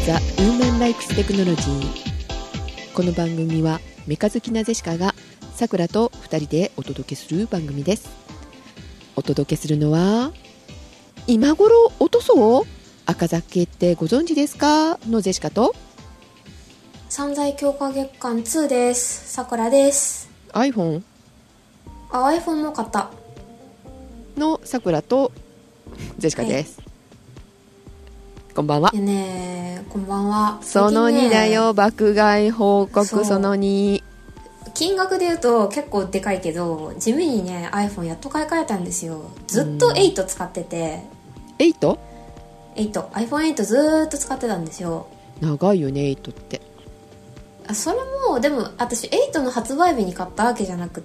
The Woman Likes Technology。 この番組はメカ好きなジェシカがさくらと2人でお届けする番組です。お届けするのは今頃落とそう赤酒ってご存知ですかのジェシカと散財強化月間2です。さくらです。 iPhone iPhone も買ったのさくらとジェシカです、はい、こんばんは。 ね、こんばんは。 その2だよ、爆買い報告。その2、 金額で言うと結構でかいけど、地味にね iPhone やっと買い替えたんですよ。ずっと8使ってて、iPhone8 ずっと使ってたんですよ。 長いよね8って。 それもでも私8の発売日に買ったわけじゃなくって、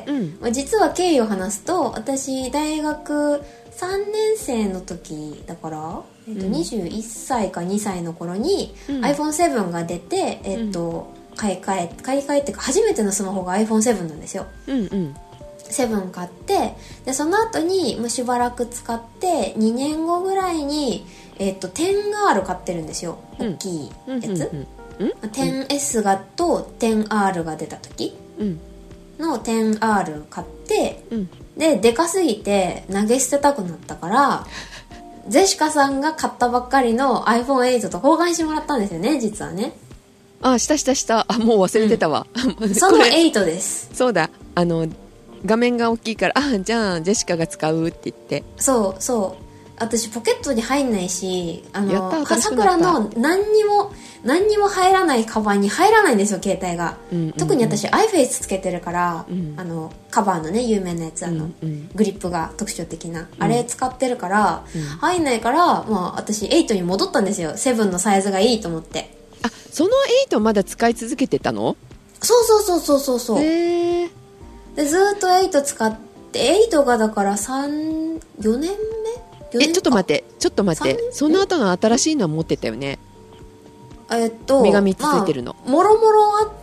実は経緯を話すと、私大学3年生の時だから、21歳か2歳の頃に iPhone7 が出て、買い替えっていうか初めてのスマホが iPhone7 なんですよ。7買って、でその後にもうしばらく使って2年後ぐらいに、10R 買ってるんですよ。大きいやつ、10S がと 10R が出た時の 10R 買って、でかすぎて投げ捨てたくなったからジェシカさんが買ったばっかりの iPhone8 と交換してもらったんですよね、実はね。 したもう忘れてたわ、 その8です。 そうだ、画面が大きいから、じゃあジェシカが使うって言って、 そう私ポケットに入んないし、 さくらの何にも入らないカバンに入らないんですよ、携帯が。特に私 iFace つけてるから、カバーのね有名なやつ、グリップが特徴的な、あれ使ってるから、入んないから、私8に戻ったんですよ。7のサイズがいいと思って。 その8まだ使い続けてたの？ そうでずっと8使って、8がだから4年目？ ちょっと待って、その後の新しいのは持ってたよね。目が3つついてるの、 もろもろあって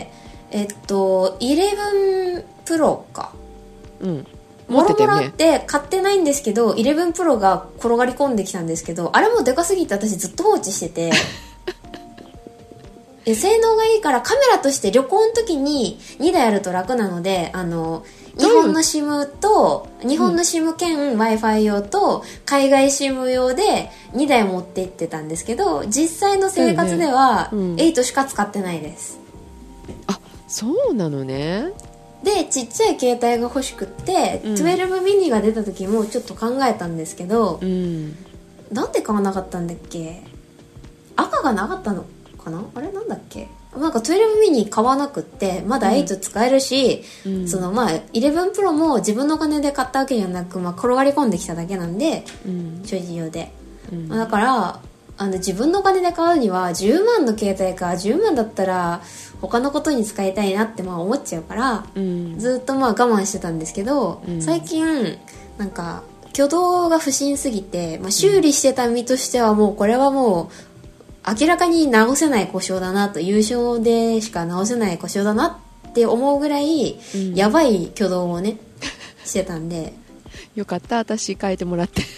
、11プロか、持ってたよね。もろもろあって買ってないんですけど、11プロが転がり込んできたんですけど、あれもでかすぎて私ずっと放置してて性能がいいからカメラとして旅行の時に2台あると楽なので、日本の SIM と日本の SIM 兼 Wi-Fi 用と海外 SIM 用で2台持って行ってたんですけど、実際の生活では8しか使ってないです。 そうなのね。 でちっちゃい携帯が欲しくって、12ミニが出た時もちょっと考えたんですけど、なんで買わなかったんだっけ。赤がなかったのかな、あれなんだっけ。なんか12ミニ買わなくって、まだ8使えるし、11プロも自分のお金で買ったわけじゃなく、転がり込んできただけなんで、所持用で、だから自分のお金で買うには10万の携帯か、10万だったら他のことに使いたいなって思っちゃうから、ずっと我慢してたんですけど、最近なんか挙動が不審すぎて、修理してた身としてはもうこれはもう明らかに直せない故障だなと、優勝でしか直せない故障だなって思うぐらい、やばい挙動をねしてたんで、 よかった、私変えてもらって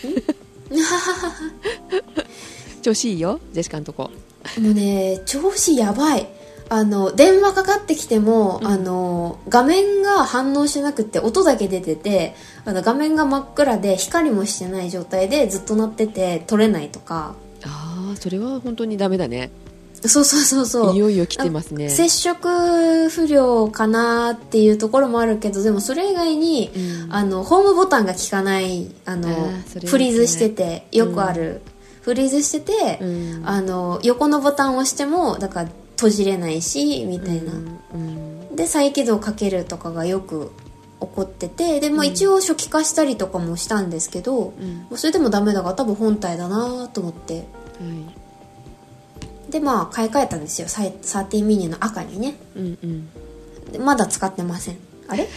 調子いいよ、ジェシカのとこ。 もうね、調子やばい。電話かかってきても、画面が反応しなくて音だけ出てて、画面が真っ暗で光もしてない状態でずっと鳴ってて取れないとか。 それは本当にダメだね。 そういよいよ来てますね。 接触不良かなっていうところもあるけど、でもそれ以外に、ホームボタンが効かない、フリーズしてて、よくある、フリーズしてて、横のボタンを押してもだから閉じれないしみたいな、で再起動かけるとかがよく起こってて、でも一応初期化したりとかもしたんですけど、それでもダメだから多分本体だなと思って、で買い替えたんですよ、13ミニの赤にね。まだ使ってません。あれ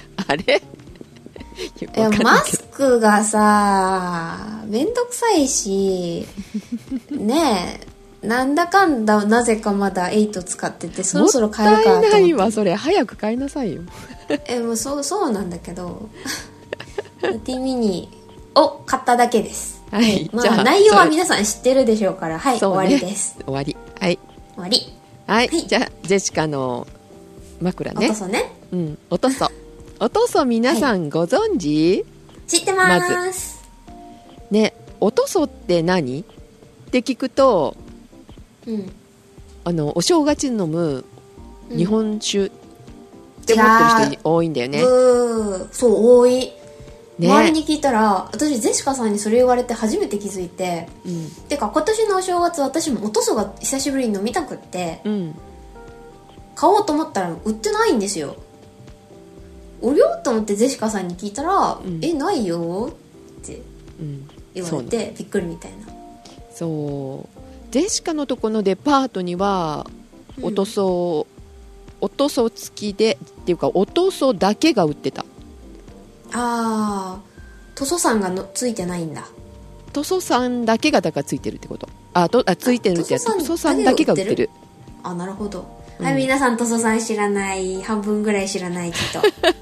マスクがさめんどくさいしねえ、なんだかんだなぜかまだ8使ってて、そろそろ買えるかと思って。もったいないわ、 それ早く買いなさいよもうそうなんだけど13ミニを買っただけです。 はい、 まじゃああ内容は皆さん知ってるでしょうから、はい、 そうね、 終わりです。 終わり。はい、 終わり。 はい、はい、じゃあジェシカの枕ね。 おとそね。 うん、おとそ。おとそ皆さんご存知？ 知ってます。 まずね、おとそって何って聞くと、 うん、 お正月に飲む日本酒って思ってる人多いんだよね。 そう多い、ね、周りに聞いたら、私ジェシカさんにそれ言われて初めて気づいて、てか今年のお正月私もおとそが久しぶりに飲みたくって、買おうと思ったら売ってないんですよ。おりょうと思ってジェシカさんに聞いたら、ないよって言われて、びっくりみたいな。 そうジェシカのとこのデパートにはおとそ付きでっていうかおとそだけが売ってた。 塗装さんがついてないんだ。 塗装さんだけがだからついてるってこと。ついてるって塗装さんだけが売ってる。 なるほど、はい、皆さん塗装さん知らない、半分ぐらい知らない人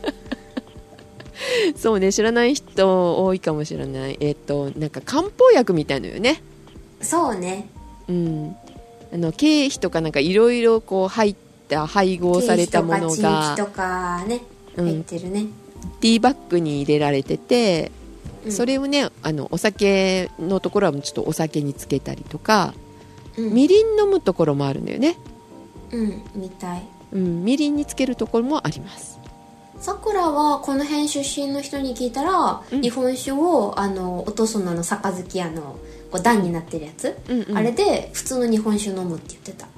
そうね、知らない人多いかもしれない。なんか漢方薬みたいのよね。 そうね、 経費とかなんかいろいろこう入った配合されたものが、 経費とか地域とかね、入ってるね。 ティーバッグに入れられてて、それをね、お酒のところはちょっとお酒につけたりとか、みりん飲むところもあるんだよね。 みたい。 みりんにつけるところもあります。 さくらはこの辺出身の人に聞いたら、日本酒をおとその杯こう段になってるやつ、あれで普通の日本酒飲むって言ってた。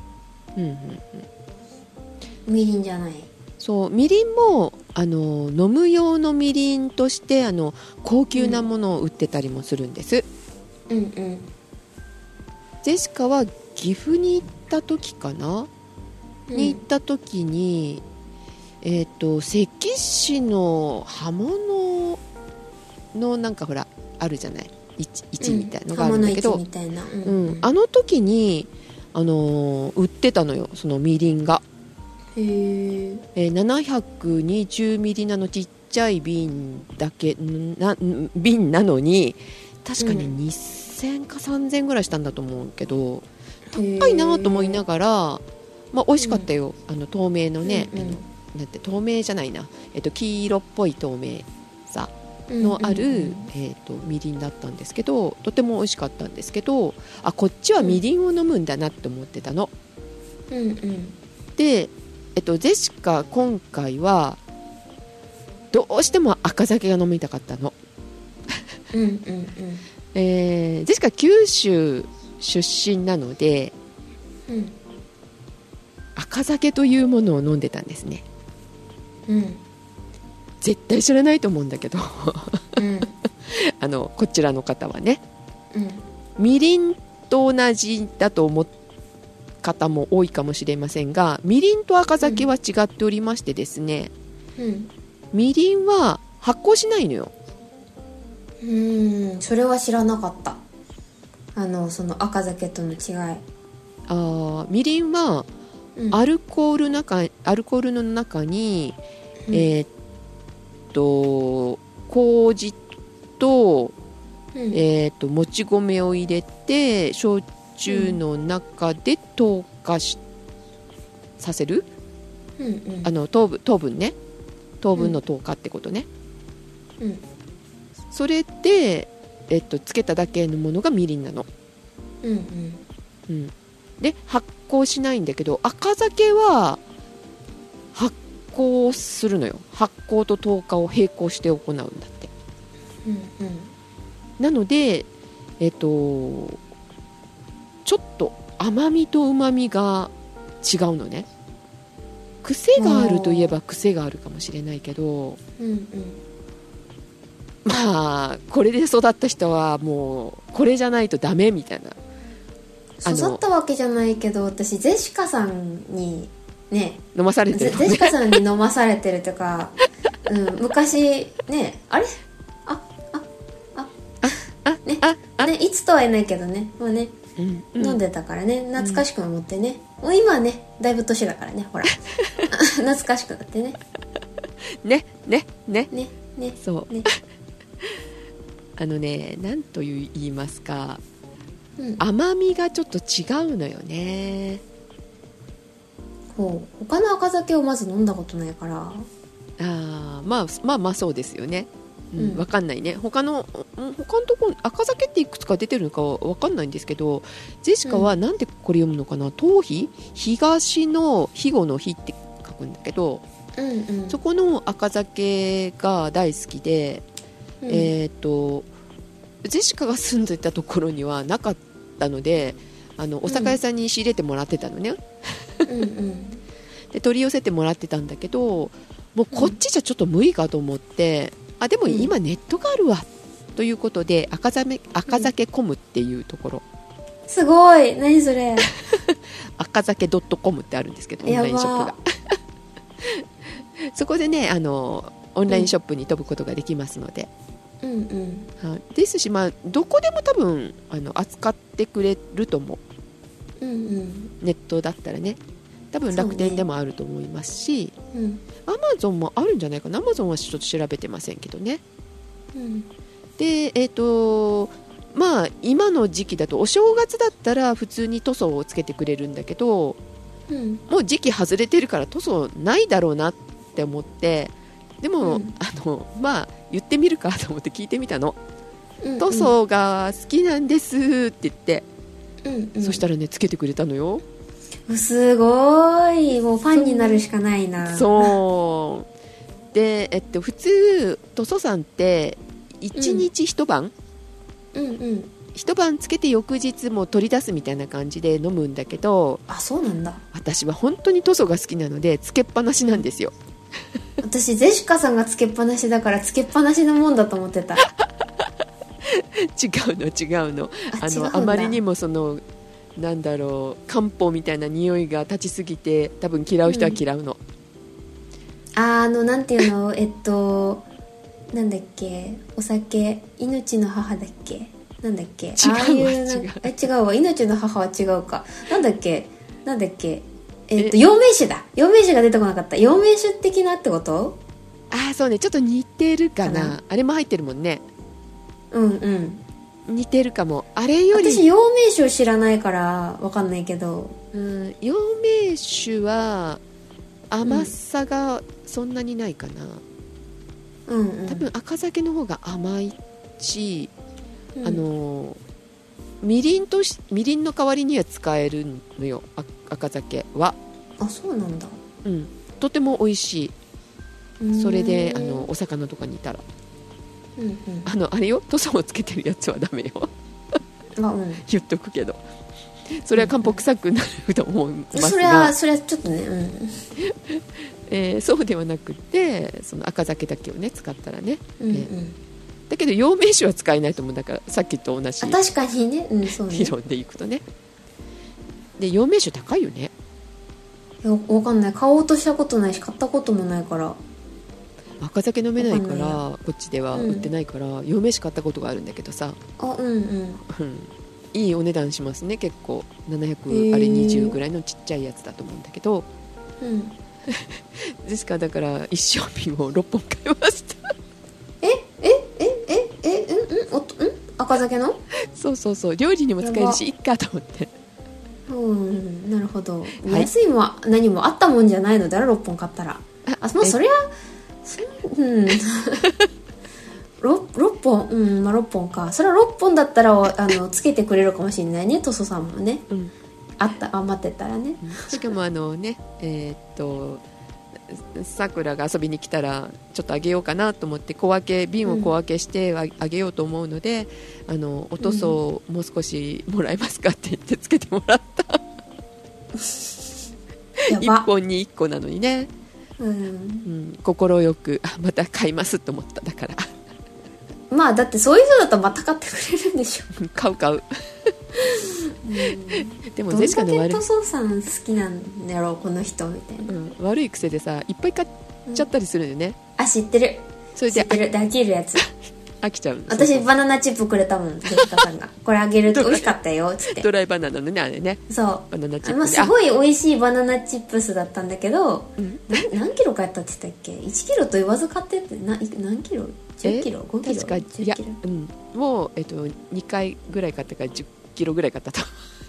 みりんじゃない。 そう、みりんも飲む用のみりんとして高級なものを売ってたりもするんです。ジェシカは岐阜に行った時かな、に行った時に関市の刃物のなんかほらあるじゃない、市みたいなのがあるんだけど、あの時に売ってたのよ、そのみりんが。720ミリのちっちゃい瓶瓶なのに確かに2000か3000ぐらいしたんだと思うけど、高いなと思いながら、まあ、美味しかったよ。透明のね、なんて透明じゃないな、黄色っぽい透明さのある、みりんだったんですけど、とても美味しかったんですけど、こっちはみりんを飲むんだなって思ってたの。でジェシカ今回はどうしても赤酒が飲みたかったの。ジェシカ九州出身なので、赤酒というものを飲んでたんですね。絶対知らないと思うんだけどこちらの方はね、みりんと同じだと思って方も多いかもしれませんが、みりんと赤酒は違っておりましてですね、みりんは発酵しないのよ。 それは知らなかった。その赤酒との違い。 みりんはアルコールの中に、麹と、もち米を入れて焼酎の中で糖化させる、糖分ね、糖分の糖化ってことね、それで、つけただけのものがみりんなの。で発酵しないんだけど、赤酒は発酵するのよ。発酵と糖化を並行して行うんだって。なのでちょっと甘みとうまみが違うのね。癖があるといえば癖があるかもしれないけど、まあこれで育った人はもうこれじゃないとダメみたいな。 育ったわけじゃないけど、私ジェシカさんにね飲まされてる、 ジェシカさんに飲まされてるとか、昔ね、あれね、いつとは言えないけどね、もうね、飲んでたからね、懐かしく思ってね、もう今はねだいぶ年だからね、ほら懐かしくなってねねそうねなんと言いますか、 うん、 甘みがちょっと違うのよね。 他の赤酒をまず飲んだことないから。 まあそうですよね。分かんないね。他のとこ赤酒っていくつか出てるのか分かんないんですけど、ジェシカはなんでこれ読むのかな、東比、東の肥後の日って書くんだけど、そこの赤酒が大好きで、ジェシカが住んでたところにはなかったので、お酒屋さんに仕入れてもらってたのね、で取り寄せてもらってたんだけど、もうこっちじゃちょっと無理かと思って、でも今ネットがあるわということで、赤酒コムっていうところ、 すごい、何それ赤酒 .com ってあるんですけど、オンラインショップがそこでね、オンラインショップに飛ぶことができますので、ですし、どこでも多分扱ってくれると思う、ネットだったらね、多分楽天でもあると思いますし、アマゾンもあるんじゃないかな。アマゾンはちょっと調べてませんけどね、で今の時期だとお正月だったら普通に塗装をつけてくれるんだけど、もう時期外れてるから塗装ないだろうなって思って、でも、言ってみるかと思って聞いてみたの、塗装が好きなんですって言って、そしたらね、つけてくれたのよ。 すごい、もうファンになるしかないな。 そうで、普通塗装さんって1日1晩、一晩つけて翌日も取り出すみたいな感じで飲むんだけど、 そうなんだ。 私は本当に塗装が好きなのでつけっぱなしなんですよ私ジェシカさんがつけっぱなしだからつけっぱなしのもんだと思ってた。 違うのあまりにもなんだろう、漢方みたいな匂いが立ちすぎて多分嫌う人は嫌うの、 なんていうのなんだっけ、お酒、命の母だっけ、なんだっけ、違うわ、命の母は違うか、なんだっけ、陽明酒だ。陽明酒が出てこなかった。陽明酒的なってこと？ そうね、ちょっと似てるかな。あれも入ってるもんね。似てるかも。あれより私陽明酒を知らないから分かんないけど、 陽明酒は甘さがそんなにないかな、多分赤酒の方が甘いし、みりんの代わりには使えるのよ、赤酒は。 そうなんだ。 とても美味しい。それでお魚とかにいたら、あれよ、塗装をつけてるやつはダメよ言っとくけど、それは漢方臭くなると思いますが、 それはちょっとね、 そうではなくて、その赤酒だけをね使ったらね、だけど陽明酒は使えないと思う。だからさっきと同じ確かにね、そうね、 理論でいくとね。で陽明酒高いよね。 分かんない、買おうとしたことないし買ったこともないから。 赤酒飲めないから、こっちでは売ってないから、陽明酒買ったことがあるんだけどさ、いいお値段しますね、結構。700、あれ20ぐらいのちっちゃいやつだと思うんだけど、ですからだから一升瓶を6本買いました赤酒の？ そう料理にも使えるしいっかと思って。 なるほど、安いも何もあったもんじゃないのだろ、6本買ったら。それは6本、6本か。それは6本だったらつけてくれるかもしれないね、塗装さんもね、余ってたらね。 しかもさくらが遊びに来たらちょっとあげようかなと思って瓶を小分けしてあげようと思うので、お塗装もう少しもらえますかって言ってつけてもらった1本に1個なのにね、心よくまた買いますと思った。だからだってそういう人だったらまた買ってくれるんでしょ買うでもどんだけ塗装さん好きなんだろうこの人みたいな、 悪い癖でさいっぱい買っちゃったりするよね、 知ってる。 それで知ってる。で飽きるやつ飽きちゃう。 私バナナチップくれたもん、ジェシカさんがこれあげると美味しかったよっつってドライバナナのね、あれね、 そうバナナチップ、 すごい美味しいバナナチップスだったんだけど、何キロ買ったって言ったっけ。1キロと言わず買ってって何キロ、 10キロ5キロ確か 10 いやキロ、 もう、2回ぐらい買ったから10キロぐらい買ったと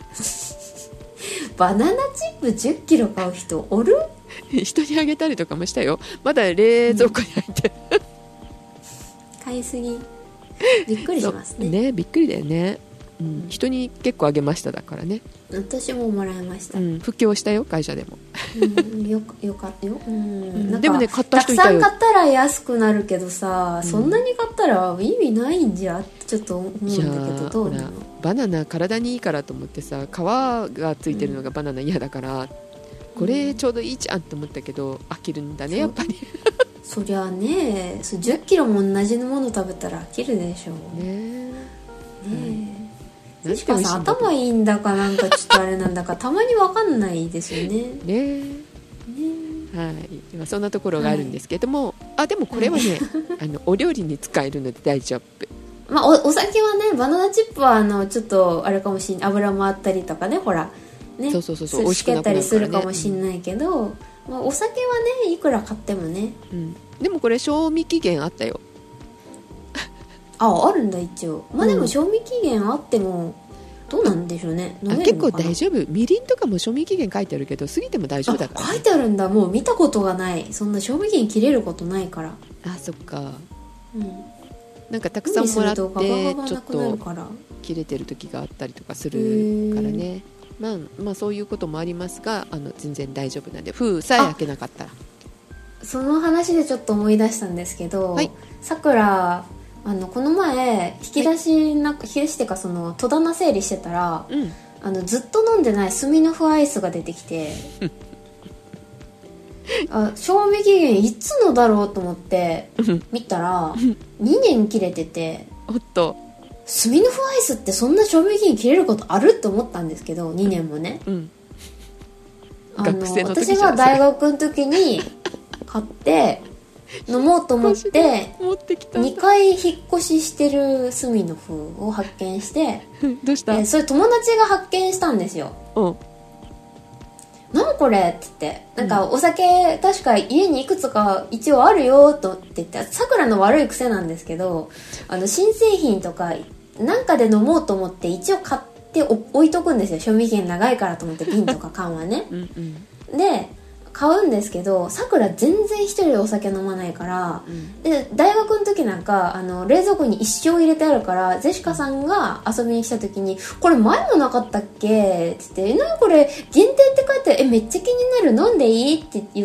バナナチップ10キロ買う人おる？ 人にあげたりとかもしたよ。まだ冷蔵庫に入ってる、 買いすぎびっくりしますね。 ね、びっくりだよね、人に結構あげましただからね、 私ももらいました、 布教したよ会社でも、 よかったよ、なんかでもね買った人いたよ。 たくさん買ったら安くなるけどさ、そんなに買ったら意味ないんじゃってちょっと思うんだけど、どうなの？ バナナ体にいいからと思ってさ、皮がついてるのがバナナ嫌だから、これちょうどいいじゃんと思ったけど飽きるんだねやっぱりそりゃね、10キロも同じもの食べたら飽きるでしょうねえ。ジェシカさん頭いいんだかなんかちょっとあれなんだかたまに分かんないですよね。 はい、今そんなところがあるんですけども、でもこれはね、お料理に使えるので大丈夫。 まあ、お酒はね、バナナチップはちょっとあれかもしんない、油もあったりとかね、ほらね、 そう美味しかったりするかもしんないけど、まあ、お酒はねいくら買ってもね、 でもこれ賞味期限あったよ。 あるんだ一応。まあでも賞味期限あってもどうなんでしょうね、飲めるのかな。 結構大丈夫。みりんとかも賞味期限書いてあるけど過ぎても大丈夫だから、 書いてあるんだ。もう見たことがない、そんな賞味期限切れることないから。 そっか、なんかたくさんもらってちょっと切れてる時があったりとかするからね、まあそういうこともありますが、全然大丈夫なんで、封さえ開けなかったら。その話でちょっと思い出したんですけど、さくらこの前引き出しっていうか、その戸棚整理してたら、ずっと飲んでないスミノフアイスが出てきて賞味期限いつのだろうと思って見たら2年切れてて、 おっと、 スミノフアイスってそんな賞味期限切れることあるって思ったんですけど、2年もね、 学生の時じゃん。 私が大学の時に買って飲もうと思って2回引っ越ししてるスミノフを発見してどうした？ それ友達が発見したんですよ。なんこれって言って、なんかお酒確か家にいくつか一応あるよとって言って、さくらの悪い癖なんですけど、新製品とかなんかで飲もうと思って一応買って置いとくんですよ、賞味期限長いからと思って、瓶とか缶はねで買うんですけど、さくら全然一人でお酒飲まないから、で大学の時なんか冷蔵庫に一生入れてあるから、ジェシカさんが遊びに来た時に「これ前もなかったっけ?」って言って「何これ限定って書いてある、めっちゃ気になる、飲んでいい?」って言って、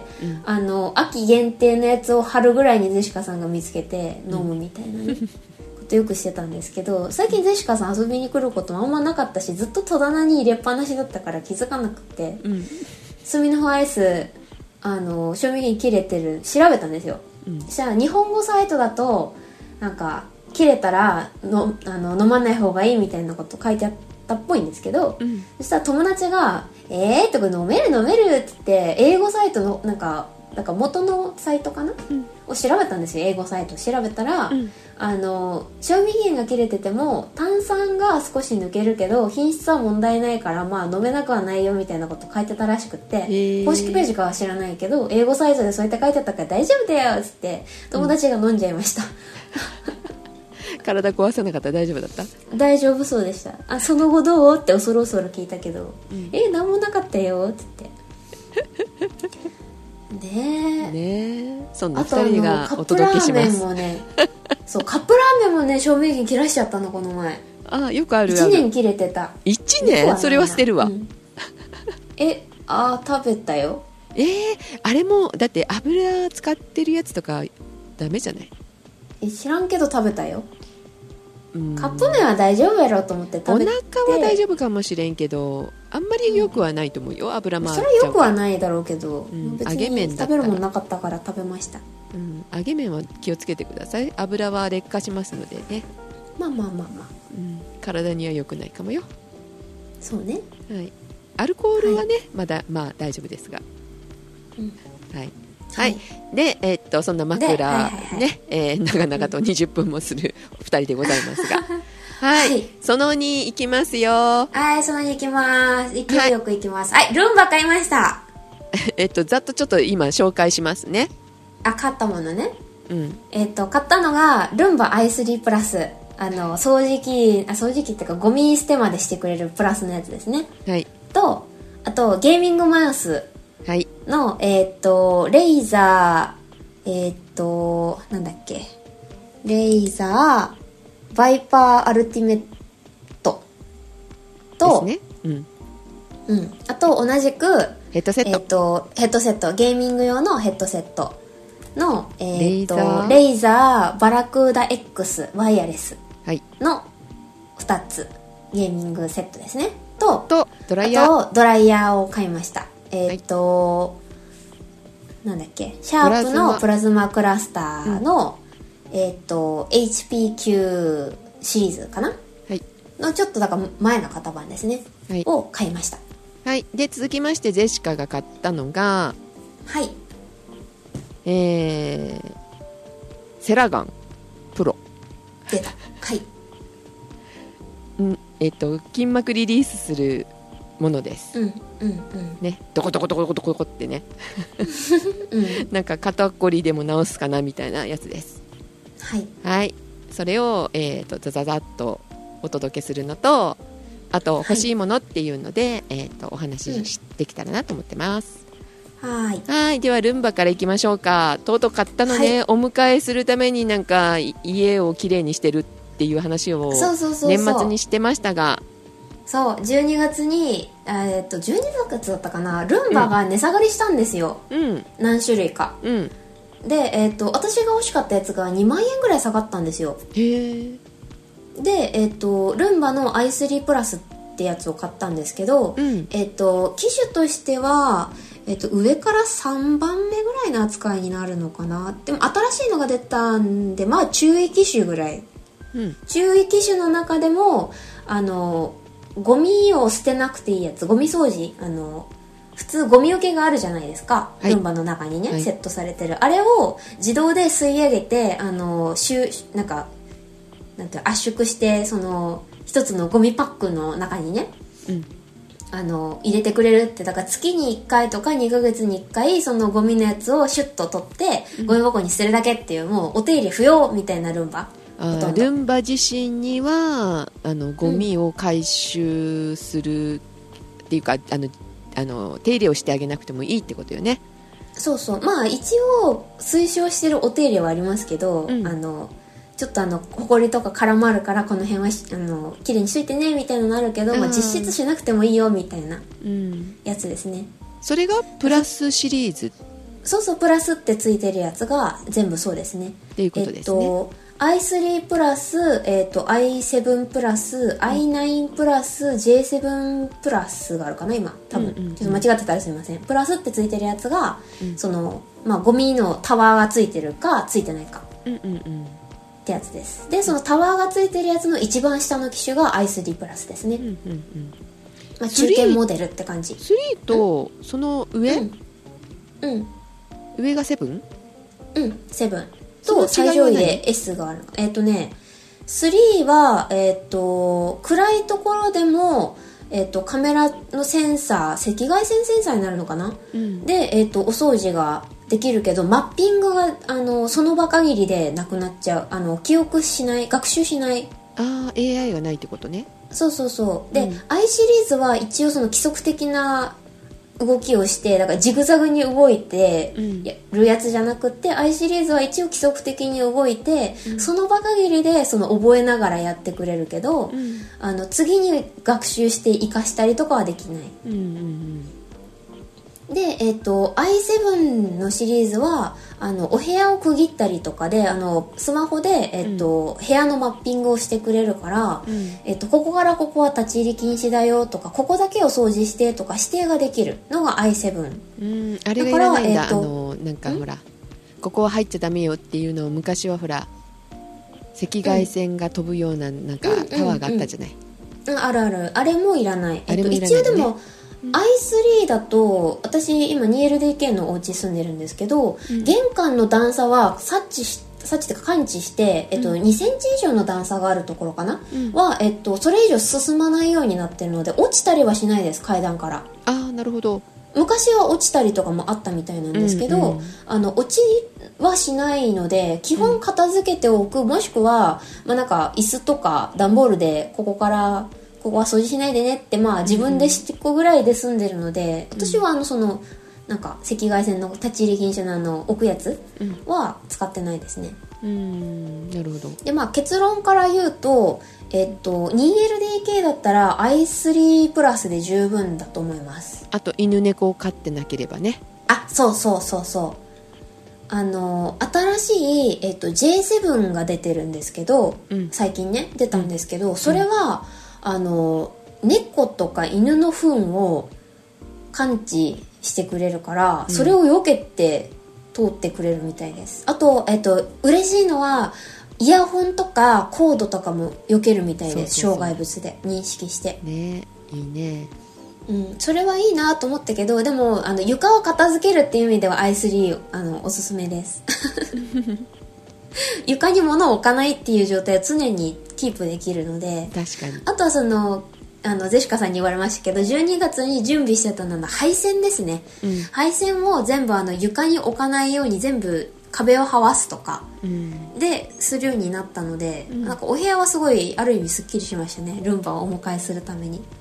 秋限定のやつを春ぐらいにジェシカさんが見つけて飲むみたいなね、ことよくしてたんですけど、最近ジェシカさん遊びに来ることもあんまなかったし、ずっと戸棚に入れっぱなしだったから気づかなくて、スミノフアイス賞味期限切れてる調べたんですよ。そしたら日本語サイトだとなんか切れたら飲まない方がいいみたいなこと書いてあったっぽいんですけど、そしたら友達がとか飲めるって言って英語サイトのなんか元のサイトかな、を調べたんですよ。英語サイトを調べたら、賞味期限が切れてても炭酸が少し抜けるけど品質は問題ないから、まあ飲めなくはないよみたいなこと書いてたらしくて、公式ページかは知らないけど英語サイトでそうやって書いてあったから大丈夫だよっつって友達が飲んじゃいました、 体壊さなかったら大丈夫だった？ 大丈夫そうでした。その後どうって恐る恐る聞いたけど、なんもなかったよって言ってねそんな2人がお届けします。 もねそうカップラーメンもね賞味期限切らしちゃったのこの前。 よくある。 1年切れてた。 1年？それは捨てるわ、 食べたよ。 あれもだって油使ってるやつとかダメじゃない？ 知らんけど食べたよ。カップ麺は大丈夫やろうと思って食べて、 お腹は大丈夫かもしれんけどあんまり良くはないと思うよ、油回っちゃう。 それは良くはないだろうけど、別揚げ麺にだったら食べるもんなかったから食べました。 揚げ麺は気をつけてください。油は劣化しますのでね。 まあ、 体には良くないかもよ。 そうね、 アルコールはね、まだ大丈夫ですが、で、そんな枕ね、長々と20分もする2人でございますがその2いきますよ。 その2いきます。勢いよくいきます。ルンバ買いました。 ざっとちょっと今紹介しますね。 買ったものね。 買ったのがルンバ i3 プラス、掃除機っていうかゴミ捨てまでしてくれるプラスのやつですね。 はい。 と、あとゲーミングマウスの、レイザー、なんだっけ、レイザーバイパーアルティメットと、 ですね。 あと同じくヘッドセット、 ゲーミング用のヘッドセットの、 レイザーバラクーダ X ワイヤレスの2つゲーミングセットですね。とドライヤー、 あとドライヤーを買いました。なんだっけ、シャープのプラズマクラスターの、HPQ シリーズかな、のちょっとだから前の型番ですね、を買いました。 はい。で続きましてジェシカが買ったのが、 はい、 セラガンプロ出た。はい。 筋膜リリースするものです。ね、どこってねなんか肩こりでも治すかなみたいなやつです。はい。それをザザッとお届けするのと、あと欲しいものっていうので、お話しできたらなと思ってます。はい。ではルンバからいきましょうか。とうとう買ったのね、お迎えするためになんか家をきれいにしてるっていう話を年末にしてましたが、 そう12月に12月だったかな、ルンバが値下がりしたんですよ。何種類か。で私が欲しかったやつが2万円ぐらい下がったんですよ。 へー。でルンバの i3 プラスってやつを買ったんですけど、機種としては上から3番目ぐらいの扱いになるのかな。でも新しいのが出たんで、まあ中位機種ぐらい、中位機種の中でもゴミを捨てなくていいやつ、ゴミ掃除、普通ゴミ受けがあるじゃないですか、ルンバの中にね、セットされてるあれを自動で吸い上げてなんかなんて圧縮して、その一つのゴミパックの中にね、入れてくれるって。だから月に1回とか2ヶ月に1回そのゴミのやつをシュッと取ってゴミ箱に捨てるだけっていう、もうお手入れ不要みたいなルンバ。 ルンバ自身にはゴミを回収するっていうか、手入れをしてあげなくてもいいってことよね。 そうそう、まあ一応推奨してるお手入れはありますけど、ちょっとホコリとか絡まるからこの辺はきれいにしといてねみたいなのあるけど、まあ、実質しなくてもいいよみたいなやつですね。 それがプラスシリーズ。 そうそう、プラスってついてるやつが全部そうですねっていうことですね。 i3 プラス、i7 プラス i9 プラス J7 プラスがあるかな今多分、ちょっと間違ってたらすみません。プラスってついてるやつが、そのまあゴミのタワーがついてるかついてないかってやつです。でそのタワーがついてるやつの一番下の機種が i3 プラスですね。まあ、中堅モデルって感じ。 3とその上、上が 7？ 7と最上位で S がある。3は暗いところでもカメラのセンサー、赤外線センサーになるのかな、でお掃除ができるけど、マッピングがその場限りでなくなっちゃう。記憶しない、学習しない。 AI がないってことね。 そうそうそう。で、I シリーズは一応その規則的な動きをして、だからジグザグに動いてやるやつじゃなくて、I シリーズは一応規則的に動いて、その場限りでその覚えながらやってくれるけど、次に学習して活かしたりとかはできない。で、i7 のシリーズはお部屋を区切ったりとかでスマホで、部屋のマッピングをしてくれるから、ここからここは立ち入り禁止だよとか、ここだけを掃除してとか指定ができるのが i7。 あれがいらないんだ。なんかほら、ここは入っちゃダメよっていうのを昔はほら赤外線が飛ぶようななんかタワーがあったじゃない。 あるある。あれもいらない。一応でもi3 だと、私今 2LDK のお家住んでるんですけど、玄関の段差は察知というか感知して、2センチ以上の段差があるところかな、は、それ以上進まないようになってるので、落ちたりはしないです、階段から。 なるほど。 昔は落ちたりとかもあったみたいなんですけど、落ちはしないので基本片付けておく、もしくは、なんか椅子とか段ボールでここからここは掃除しないでねって、自分でして個ぐらいで済んでるので、私はなんか赤外線の立ち入り禁止の置くやつは使ってないですね。 なるほど。 で結論から言うと、2LDK だったら i3 プラスで十分だと思います。 あと犬猫を飼ってなければね。 そう新しい、J7 が出てるんですけど、最近ね出たんですけど、それは猫とか犬の糞を感知してくれるから、それを避けて通ってくれるみたいです。あと、嬉しいのはイヤホンとかコードとかも避けるみたいです。障害物で認識してね。いいね。 それはいいなと思ったけど、でも床を片付けるっていう意味では i3 おすすめです床に物を置かないっていう状態を常にキープできるので。 確かに。 あとはゼシカさんに言われましたけど、12月に準備してたのは配線ですね、配線を全部床に置かないように全部壁を這わすとかでするようになったので、なんかお部屋はすごいある意味すっきりしましたね、ルンバをお迎えするために。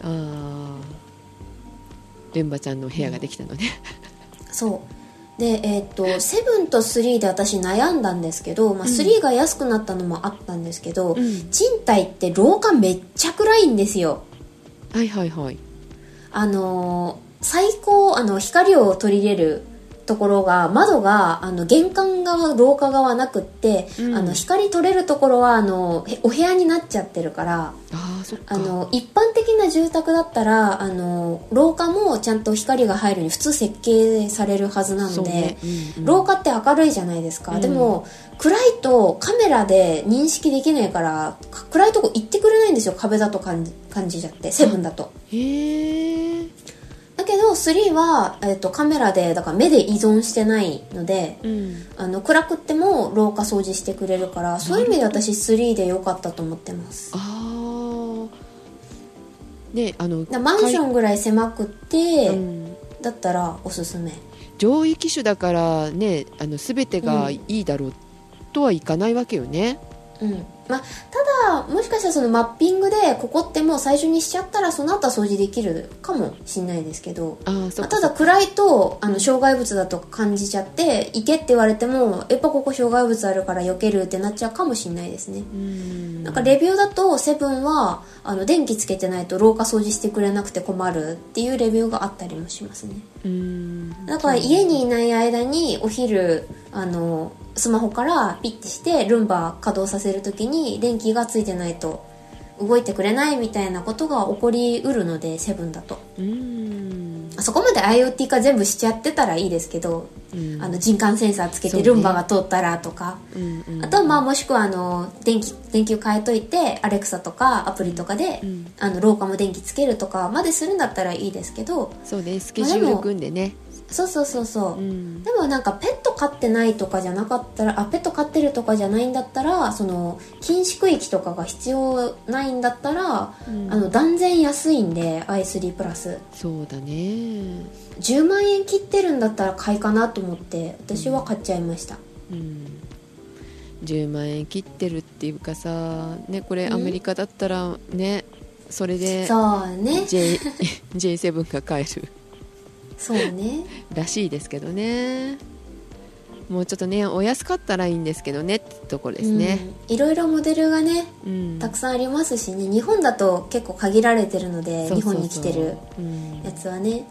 ルンバちゃんの部屋ができたのねそうで、7と3で私悩んだんですけど、3が安くなったのもあったんですけど、賃貸って廊下めっちゃ暗いんですよ。 はいはいはい。 最高光を取り入れるところが、窓が玄関側廊下側なくって、光取れるところはお部屋になっちゃってるから、 そっか。 一般的な住宅だったら廊下もちゃんと光が入るように普通設計されるはずなので、廊下って明るいじゃないですか、でも暗いとカメラで認識できないから暗いとこ行ってくれないんですよ、壁だと感じちゃって、7だと。 へえ。 だけど3は、カメラでだから目で依存してないので、暗くっても廊下掃除してくれるから、そういう意味で私3で良かったと思ってます。 ね、 マンションぐらい狭くって、だったらおすすめ。 上位機種だからね、全てがいいだろうとはいかないわけよね。 ただもしかしたらそのマッピングでここってもう最初にしちゃったらその後は掃除できるかもしれないですけど、ただ暗いと障害物だと感じちゃって行けって言われてもやっぱここ障害物あるから避けるってなっちゃうかもしれないですね。なんかレビューだとセブンは電気つけてないと廊下掃除してくれなくて困るっていうレビューがあったりもしますね。だから家にいない間にお昼スマホからピッてしてルンバ稼働させるときに電気がついてないと動いてくれないみたいなことが起こりうるので、セブンだとそこまで IoT 化全部しちゃってたらいいですけど、人感センサーつけてルンバが通ったらとか、あとはもしくは電球変えといてアレクサとかアプリとかで、廊下も電気つけるとかまでするんだったらいいですけど、 そうね、スケジュール組んでね。 そう、でもなんかペット飼ってないとかじゃなかったら、ペット飼ってるとかじゃないんだったら、その禁止区域とかが必要ないんだったら、断然安いんで i3 プラス。 そうだね。 10万円切ってるんだったら買いかなと思って私は買っちゃいました。 10万円切ってるっていうかさ、ね、これアメリカだったらね、それでそうね J7 が買えるそうねらしいですけどね。もうちょっとねお安かったらいいんですけどねってところですね。 いろいろモデルがね、たくさんありますしね、日本だと結構限られてるので、日本に来てるやつはね、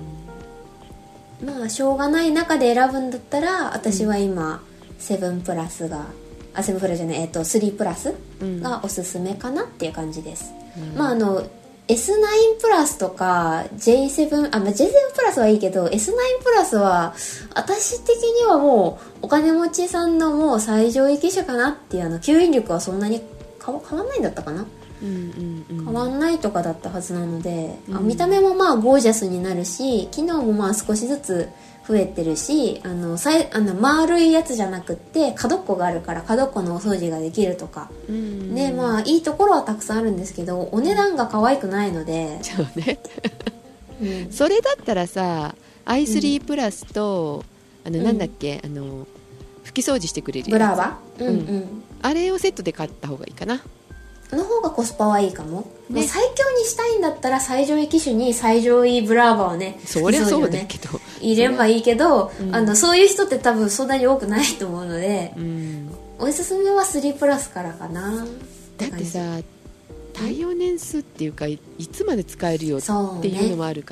まあしょうがない中で選ぶんだったら私は今、7プラスが7プラスじゃない、3プラスがおすすめかなっていう感じです。まあS9 プラスとか J7 J7 プラスはいいけど S9 プラスは私的にはもうお金持ちさんのもう最上位機種かなっていう、吸引力はそんなに変わんないんだったかな、変わんないとかだったはずなので、見た目もまあゴージャスになるし、機能もまあ少しずつ増えてるし、丸いやつじゃなくって角っこがあるから角っこのお掃除ができるとか、でまあいいところはたくさんあるんですけど、お値段が可愛くないのでそうねそれだったらさ i3 プラスとなんだっけ、拭き掃除してくれるブラーバ、 あれをセットで買った方がいいかな。 の方がコスパはいいかも、ね、最強にしたいんだったら最上位機種に最上位ブラーバをね、 そりゃそうだけど入れればいいけど、そういう人って多分そんなに多くないと思うので、おすすめは3プラスからかな。 だってさ、耐用年数っていうかいつまで使えるよっていうのもあるから、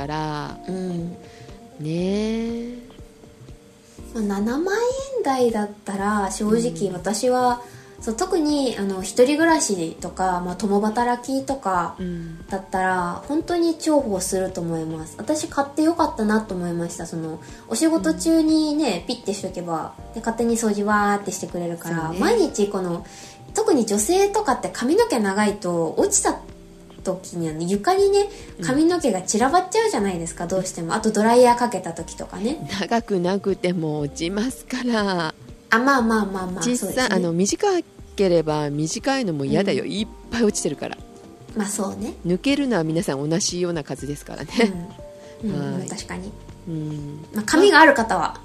ね、 7万円台だったら正直私は、特に一人暮らしとか、共働きとかだったら本当に重宝すると思います。私買ってよかったなと思いました。お仕事中にね、ピッてしとけばで勝手に掃除わーってしてくれるから、毎日特に女性とかって髪の毛長いと落ちた時には、ね、床にね髪の毛が散らばっちゃうじゃないですか、どうしても。あとドライヤーかけた時とかね、 長くなくても落ちますから。 まあ実際、ね、短ければ短いのも嫌だよ、いっぱい落ちてるから。 そうね、 抜けるのは皆さん同じような数ですからね、 確かに、髪がある方は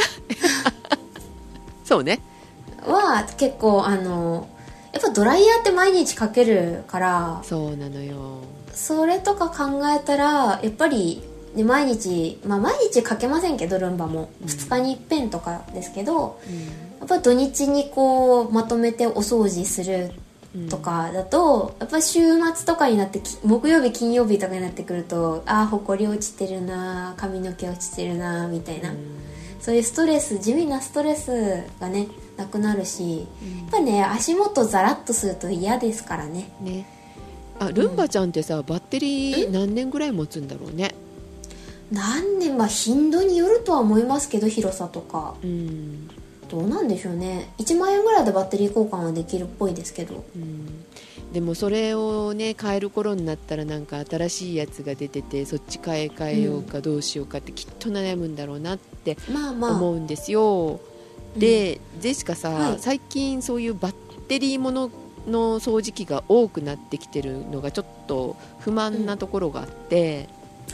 そうねは結構やっぱドライヤーって毎日かけるから、 そうなのよ。それとか考えたらやっぱり、ね、毎日かけませんけど、ルンバも2日に一遍とかですけど、やっぱり土日にまとめてお掃除するとかだと、やっぱり週末とかになって、木曜日金曜日とかになってくると、ほこり落ちてるな、髪の毛落ちてるなみたいな、そういう地味なストレスがねなくなるし、やっぱね足元ザラッとすると嫌ですからね。 ルンバちゃんってさ、バッテリー何年ぐらい持つんだろうね。 何年、頻度によるとは思いますけど、広さとか、どうなんでしょうね。1万円ぐらいでバッテリー交換はできるっぽいですけど、 でもそれをね変える頃になったら、なんか新しいやつが出てて、そっち買い替えようかどうしようかってきっと悩むんだろうなって思うんですよ。で、ジェシカさ、最近そういうバッテリーものの掃除機が多くなってきてるのがちょっと不満なところがあって、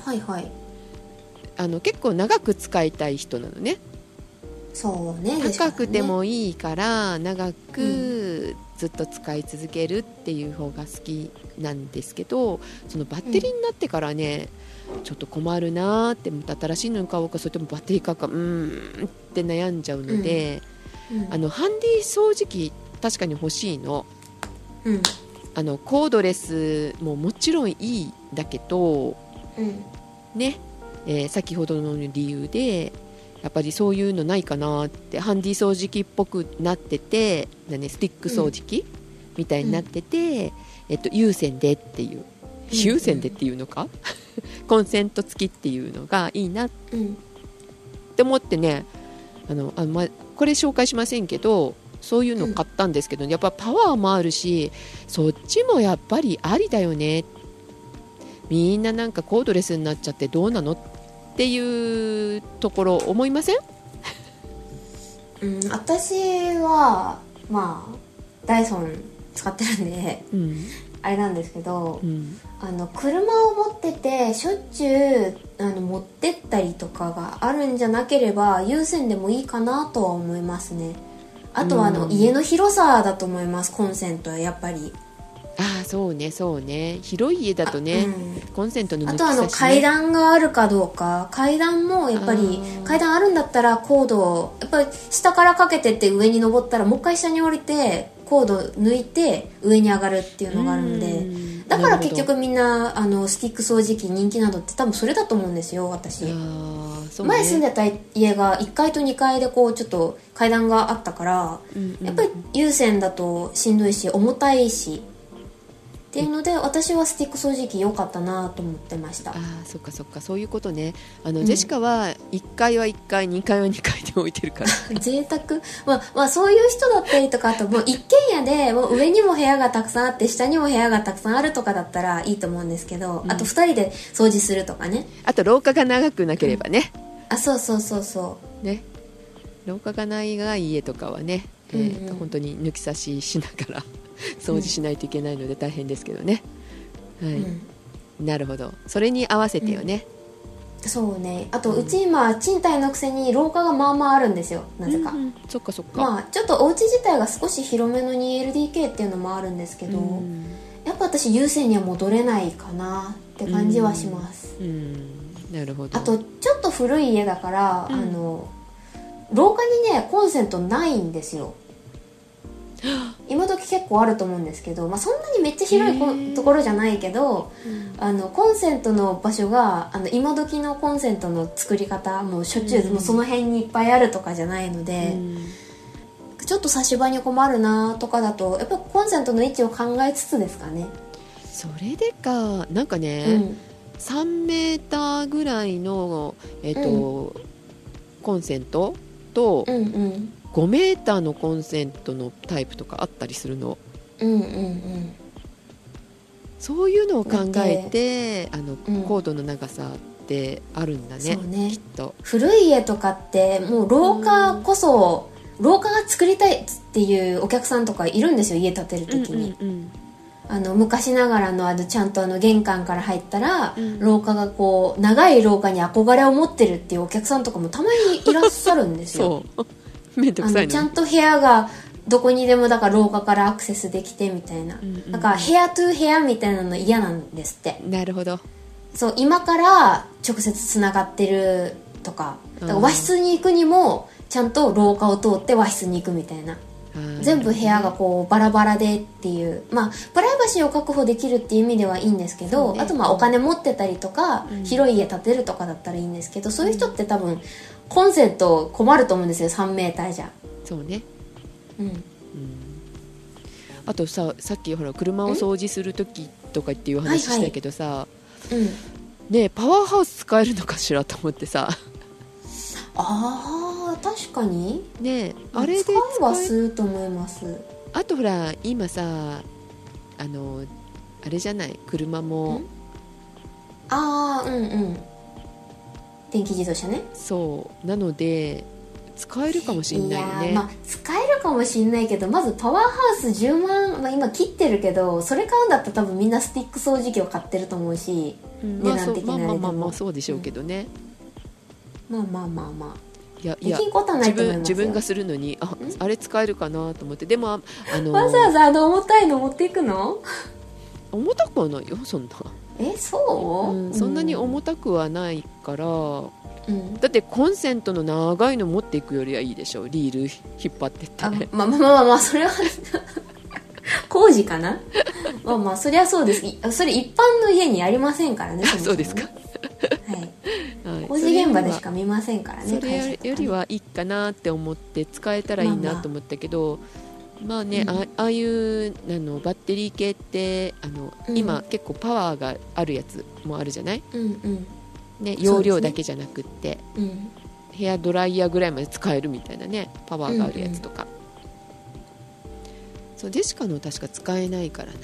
結構長く使いたい人なのね。 そうね、 高くてもいいから長くずっと使い続けるっていう方が好きなんですけど、そのバッテリーになってからね、ちょっと困るなーって。また新しいのに買おうか、それともバッテリー買うかって悩んじゃうので、ハンディ掃除機確かに欲しいの、コードレスももちろんいいんだけど、ね、先ほどの理由でやっぱりそういうのないかなって。ハンディ掃除機っぽくなってて、スティック掃除機みたいになってて、有線でっていう、有線でっていうのかコンセント付きっていうのがいいなって思ってね、これ紹介しませんけど、そういうの買ったんですけど、やっぱパワーもあるし、そっちもやっぱりありだよね。みんななんかコードレスになっちゃってどうなのっていうところ思いません？ 私はダイソン使ってるんで、あれなんですけど、車を持っててしょっちゅう持ってったりとかがあるんじゃなければ有線でもいいかなとは思いますね。あとは家の広さだと思います。コンセントはやっぱり、 そうね広い家だとね、コンセントの抜き差し、ね、 あと階段があるかどうか。階段もやっぱり階段あるんだったらコードをやっぱり下からかけてって上に登ったらもう一回下に降りてコード抜いて上に上がるっていうのがあるので、だから結局みんなスティック掃除機人気などって多分それだと思うんですよ。私、前住んでた家が1階と2階でちょっと階段があったから、やっぱり有線だとしんどいし重たいしっていうので、私はスティック掃除機良かったなと思ってました。 そっかそういうことね。ジェシカは1階は1階2階は2階で置いてるから贅沢、そういう人だったりとか、あともう一軒家でもう上にも部屋がたくさんあって下にも部屋がたくさんあるとかだったらいいと思うんですけど、あと2人で掃除するとかね。あと廊下が長くなければね、 そうね、 廊下がない家とかはね、本当に抜き差ししながら掃除しないといけないので大変ですけどね、なるほど。それに合わせてよね、 そうね。あとうち今賃貸のくせに廊下がまあまああるんですよ、なぜか。 そっかそっか。 まあちょっとお家自体が少し広めの 2LDK っていうのもあるんですけど、やっぱ私優先には戻れないかなって感じはします。 なるほど。 あとちょっと古い家だから、廊下にねコンセントないんですよ。今時結構あると思うんですけど、まあ、そんなにめっちゃ広いところじゃないけど、コンセントの場所が今時のコンセントの作り方もうしょっちゅう、もうその辺にいっぱいあるとかじゃないので、ちょっと差し歯に困るなとかだとやっぱコンセントの位置を考えつつですかね。 それでか、なんかね、3メーターぐらいの、コンセントと、5メーターのコンセントのタイプとかあったりするの。そういうのを考えてコードの長さってあるんだね。そうね、きっと古い家とかってもう廊下こそ、廊下が作りたいっていうお客さんとかいるんですよ、家建てる時に。昔ながらのちゃんと玄関から入ったら、廊下がこう長い廊下に憧れを持ってるっていうお客さんとかもたまにいらっしゃるんですよ。 そうめんどくさいの。 ちゃんと部屋がどこにでもだから廊下からアクセスできてみたいな、だから部屋トゥ部屋みたいなの嫌なんですって。 なるほど。 そう今から直接つながってるとか、だから和室に行くにもちゃんと廊下を通って和室に行くみたいな、全部部屋がこうバラバラでっていう、まあプライバシーを確保できるっていう意味ではいいんですけど、あとまあお金持ってたりとか、広い家建てるとかだったらいいんですけど、そういう人って多分コンセント困ると思うんですよ、3メーターじゃ。 そうね。あとさっきほら車を掃除する時とかっていう話したけどさ、ねえパワーハウス使えるのかしらと思ってさ。 確かにねえ、あれで使えはすると思います。 あとほら今さあれじゃない、車も電気自動車ね。 そうなので使えるかもしんないよね。 まあ使えるかもしんないけど、まずパワーハウス10万、まあ、今切ってるけど、それ買うんだったら多分みんなスティック掃除機を買ってると思うし、値段的なあれでもまあそうでしょうけどね。 まあいや自分がするのにあれ使えるかなと思って。でもわざわざ重たいの持っていくの？ 重たくはないよそんな。 そう、 そんなに重たくはないから、だってコンセントの長いの持っていくよりはいいでしょ、リール引っ張ってって。 まあそれは工事かな。まあそりゃそうです。それ一般の家にありませんからね。 そうですか。 工事現場でしか見ませんからね。 それよりはいいかなって思って使えたらいいなと思ったけど、まあね、ああいうバッテリー系って今結構パワーがあるやつもあるじゃない、ね、容量だけじゃなくって、ヘアドライヤーぐらいまで使えるみたいなね、パワーがあるやつとか、そうデシカの確か使えないからな。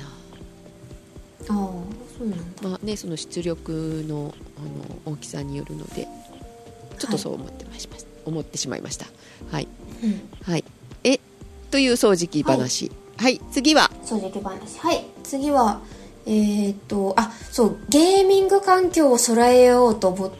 そうなんだ。 まあね、その出力の大きさによるのでちょっとそう思ってしまいました。はい、はい、という掃除機話。はい、次は掃除機話。はい、次はそうゲーミング環境を揃えようと思って、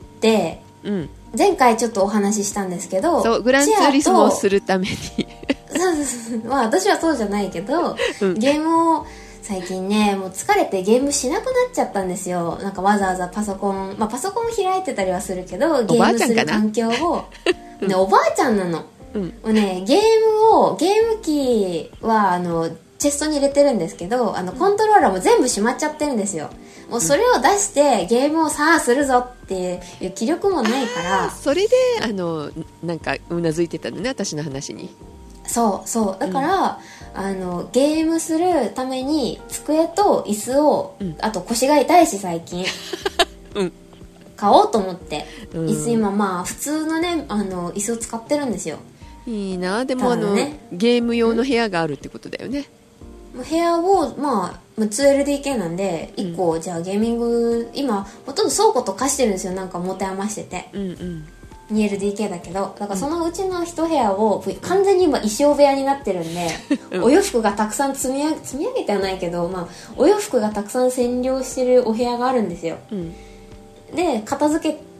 前回ちょっとお話ししたんですけど、 そうグランツーリスモをするためにまあ私はそうじゃないけど、ゲームを最近ねもう疲れてゲームしなくなっちゃったんですよ。なんかわざわざパソコン開いてたりはするけど、ゲームする環境をね、おばあちゃんなの、もうね、ゲーム機はチェストに入れてるんですけど、コントローラーも全部しまっちゃってるんですよ。もうそれを出してゲームをさあするぞっていう気力もないから。 それでなんかうなずいてたのね、私の話に。 そうだから、ゲームするために机と椅子を、あと腰が痛いし最近買おうと思って、椅子今まあ普通のね椅子を使ってるんですよ。いいな。でもゲーム用の部屋があるってことだよね。 部屋をまあ 2LDK なんで1個、じゃあゲーミング今ほとんど倉庫と化してるんですよ。なんか持て余してて、2LDK だけど、だからそのうちの一部屋を完全に今衣装部屋になってるんで、お洋服がたくさん積み上げてはないけど、まあ、お洋服がたくさん占領してるお部屋があるんですよ、で片付け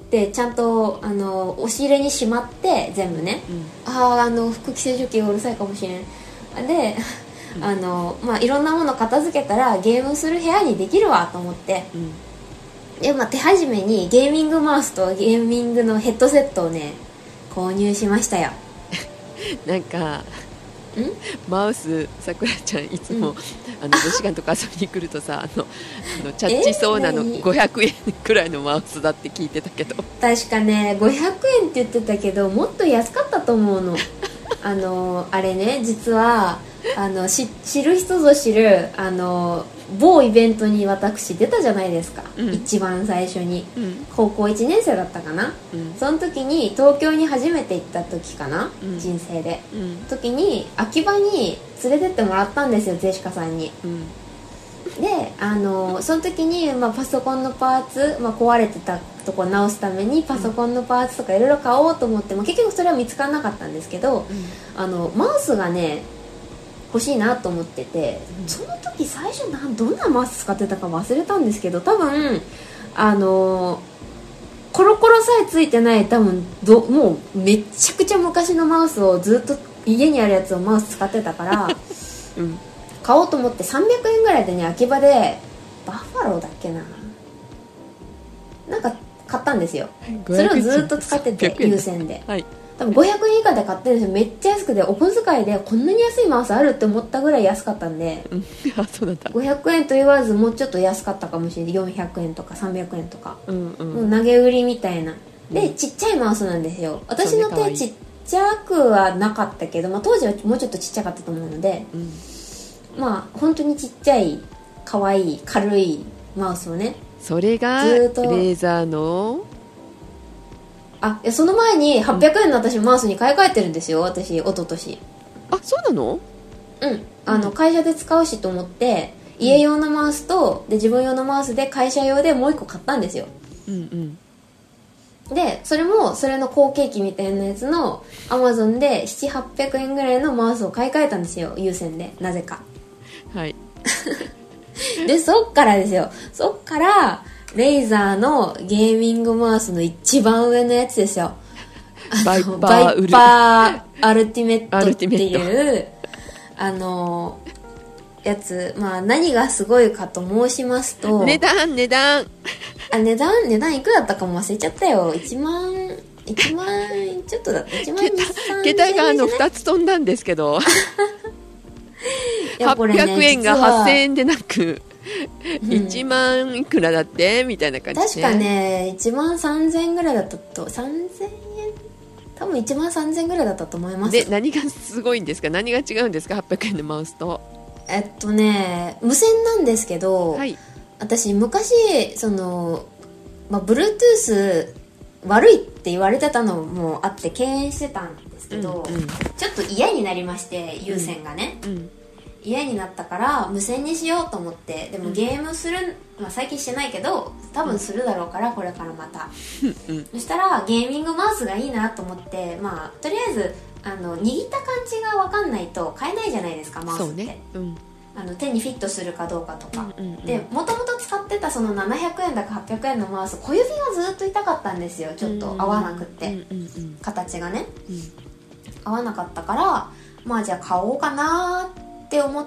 でちゃんと押し入れにしまって全部ね、空気清浄機がうるさいかもしれんでいろんなもの片付けたらゲームする部屋にできるわと思って、で手始めにゲーミングマウスとゲーミングのヘッドセットをね購入しましたよ。 なんかマウスさくらちゃんいつも、女子館とか遊びに来るとさチャッチそうなの500円くらいのマウスだって聞いてたけど、 確かね500円って言ってたけどもっと安かったと思うのあれね、実は知る人ぞ知る某イベントに私出たじゃないですか、一番最初に、高校1年生だったかな、その時に東京に初めて行った時かな、人生で、時に秋葉に連れてってもらったんですよ、ゼシカさんに、でその時に、パソコンのパーツ、壊れてたとこ直すためにパソコンのパーツとかいろいろ買おうと思っても結局それは見つからなかったんですけど、マウスがね欲しいなと思ってて、その時最初どんなマウス使ってたか忘れたんですけど、多分コロコロさえついてない多分もうめちゃくちゃ昔のマウスをずっと家にあるやつをマウス使ってたから、買おうと思って300円ぐらいでね秋葉でバッファローだっけな、なんか買ったんですよ。それをずっと使ってて有線で、多分500円以下で買ってるんですよ。めっちゃ安くてお小遣いでこんなに安いマウスあるって思ったぐらい安かったんで、 そうだった。 500円と言わずもうちょっと安かったかもしれない。400円とか300円とか、もう投げ売りみたいなで、ちっちゃいマウスなんですよ。私の手ちっちゃくはなかったけど、当時はもうちょっとちっちゃかったと思うので、本当にちっちゃい可愛い軽いマウスをね、 それがレーザーのその前に800円の私マウスに買い替えてるんですよ、私一昨年。 そうなの？ 会社で使うしと思って家用のマウスとで自分用のマウスで会社用でもう一個買ったんですよ。でそれもそれの後継機みたいなやつのアマゾンで700-800円ぐらいのマウスを買い替えたんですよ、有線で、なぜか。でそっからですよ、そっからレイザーのゲーミングマウスの一番上のやつですよ。 バイパーアルティメットっていうやつ。何がすごいかと申しますと、値段いくらだったかも忘れちゃったよ。1万ちょっとだった。1万桁が2つ飛んだんですけど800円が8000円でなく1万いくらだってみたいな感じで、 確かね1万3000円ぐらいだったと、3000円多分1万3000円ぐらいだったと思います。 で何がすごいんですか？何が違うんですか800円のマウスと。 無線なんですけど、私昔Bluetooth 悪いって言われてたのもあって敬遠してたんですけど、ちょっと嫌になりまして、有線がね、嫌になったから無線にしようと思って。でもゲームする、最近してないけど多分するだろうからこれからまたそしたらゲーミングマウスがいいなと思って、とりあえず握った感じが分かんないと買えないじゃないですか、マウスって、手にフィットするかどうかとか、でもともと使ってたその700円だか800円のマウス、小指がずっと痛かったんですよ。ちょっと合わなくって、形がね、合わなかったから、じゃあ買おうかなって思って、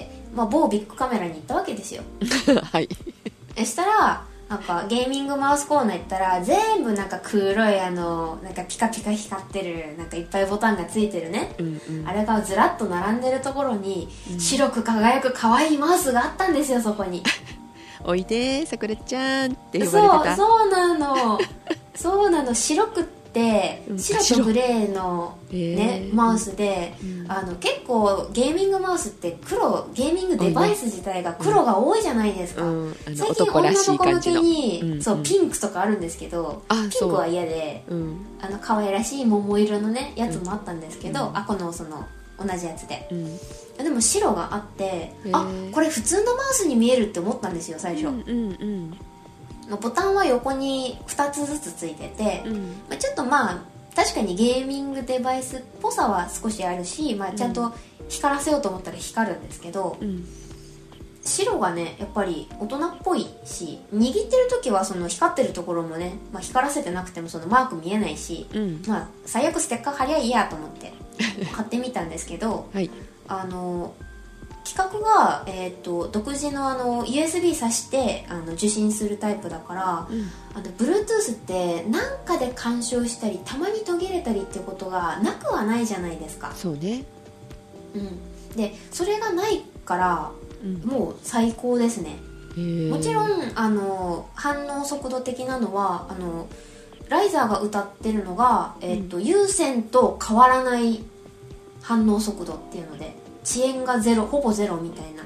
某ビッグカメラに行ったわけですよそしたらゲーミングマウスコーナー行ったら全部黒いピカピカ光ってるいっぱいボタンがついてるね、あれがずらっと並んでるところに、白く輝く可愛いマウスがあったんですよ、そこに。 おいでさくらちゃんって呼ばれてた。 そうなの白くって白とグレーの、マウスで、結構ゲーミングマウスってゲーミングデバイス自体が黒が多いじゃないですか、最近女の子向けに、ピンクとかあるんですけど、ピンクは嫌で、可愛らしい桃色のねやつもあったんですけど、同じやつで、でも白があって、これ普通のマウスに見えるって思ったんですよ最初。ボタンは横に2つずつついてて、ちょっと確かにゲーミングデバイスっぽさは少しあるし、ちゃんと光らせようと思ったら光るんですけど、 白がねやっぱり大人っぽいし、握ってる時はその光ってるところもね、まあ、光らせてなくてもそのマーク見えないし、まあ最悪ステッカー貼りゃいいやと思って買ってみたんですけど、 はい、 規格が、独自のUSB 挿して受信するタイプだから、Bluetooth ってなんかで干渉したりたまに途切れたりっていうことがなくはないじゃないですか。 そうね、 でそれがないから、もう最高ですね。もちろん反応速度的なのはライザーが歌ってるのが、有線と変わらない反応速度っていうので遅延がゼロ、ほぼゼロみたいな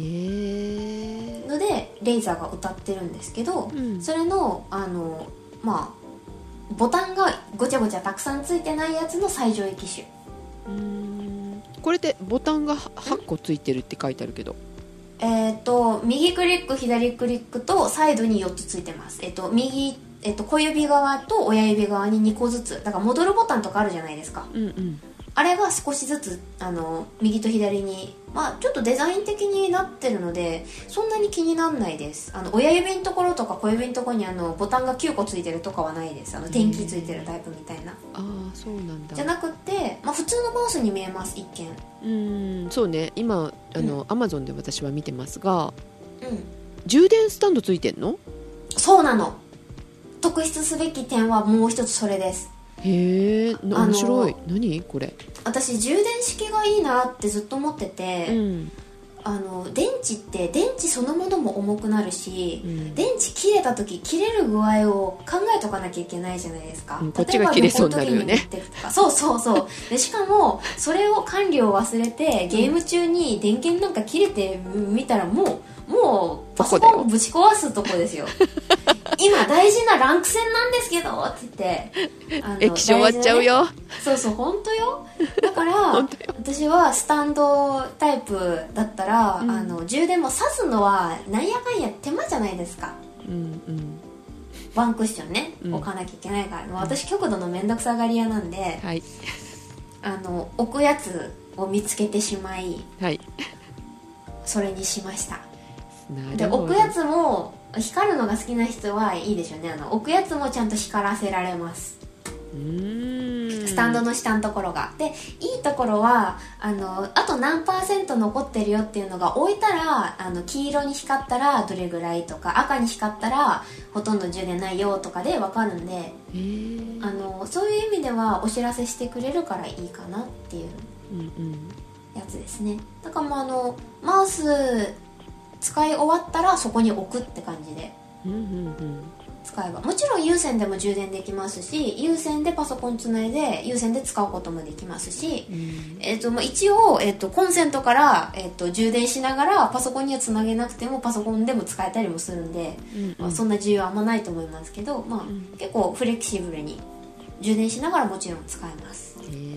のでレイザーが歌ってるんですけど、それのまあボタンがごちゃごちゃたくさんついてないやつの最上位機種。 これってボタンが8個ついてるって書いてあるけど、 右クリック左クリックとサイドに4つついてます。右小指側と親指側に2個ずつ、だから戻るボタンとかあるじゃないですか、あれが少しずつ右と左に、まあ、ちょっとデザイン的になってるのでそんなに気にならないです。親指のところとか小指のところにボタンが9個ついてるとかはないです。電気ついてるタイプみたいな。 そうなんだ。 じゃなくて、まあ、普通のマウスに見えます。一見そうね、今Amazon で私は見てますが、充電スタンドついてんの？ そうなの。特筆すべき点はもう一つそれです。 へえ、面白い。何これ。 私充電式がいいなってずっと思ってて、電池って電池そのものも重くなるし、電池切れた時切れる具合を考えとかなきゃいけないじゃないですか、 こっちが切れそうになるよね。 そうでしかもそれを管理を忘れてゲーム中に電源なんか切れてみたらもうパソコンぶち壊すとこですよ今大事なランク戦なんですけどって言って液晶終わっちゃうよ。 そう本当よ。だから私はスタンドタイプだったら、充電も挿すのはなんやかんや手間じゃないですか。ワンクッションね、置かなきゃいけないから、私極度の面倒くさがり屋なんで、置くやつを見つけてしまい、それにしました。で置くやつも光るのが好きな人はいいでしょうね。置くやつもちゃんと光らせられます。スタンドの下のところが。でいいところはあと何%残ってるよっていうのが置いたら黄色に光ったらどれぐらいとか、赤に光ったらほとんど充電ないよとかで分かるんで、そういう意味ではお知らせしてくれるからいいかなっていうやつですね。だからもうマウス使い終わったらそこに置くって感じで使えば、もちろん有線でも充電できますし、有線でパソコンつないで有線で使うこともできますし、一応、コンセントから、充電しながらパソコンにはつなげなくてもパソコンでも使えたりもするんで、そんな需要あんまないと思いますけど、結構フレキシブルに充電しながらもちろん使えます。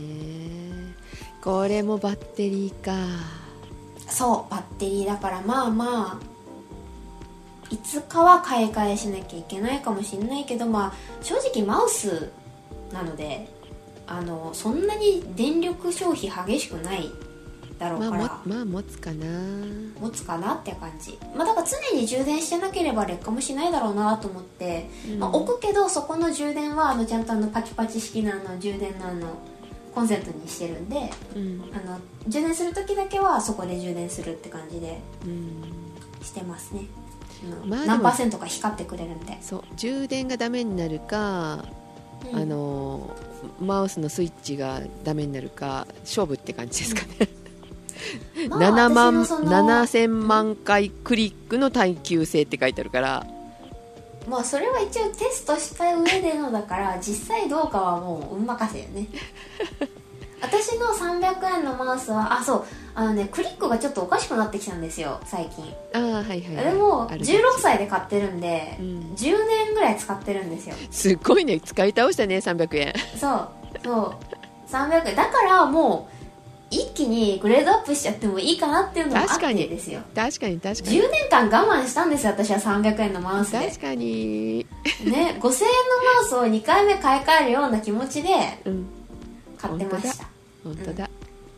これもバッテリーか。 そうバッテリーだからいつかは買い替えしなきゃいけないかもしれないけど、正直マウスなのでそんなに電力消費激しくないだろうから、 持つかなって感じ。だから常に充電してなければ劣化もしないだろうなと思って、置くけどそこの充電はちゃんとパチパチ式の充電のコンセントにしてるんで、充電する時だけはそこで充電するって感じでしてますね。何パーセントか光ってくれるんで。 そう充電がダメになるか、マウスのスイッチがダメになるか勝負って感じですかね。7000万回クリックの耐久性って書いてあるから、 それは一応テストした上でのだから実際どうかはもう運任せよね。私の300円のマウスはクリックがちょっとおかしくなってきたんですよ最近。でも16歳で買ってるんで、10年ぐらい使ってるんですよ。 すごいね、使い倒したね。300円。そう 300円だからもう一気にグレードアップしちゃってもいいかなっていうのもあってですよ。 確かに10 年間我慢したんですよ私は。300円のマウスで確かにね、5000円のマウスを2回目買い替えるような気持ちで買ってました。 本当だ、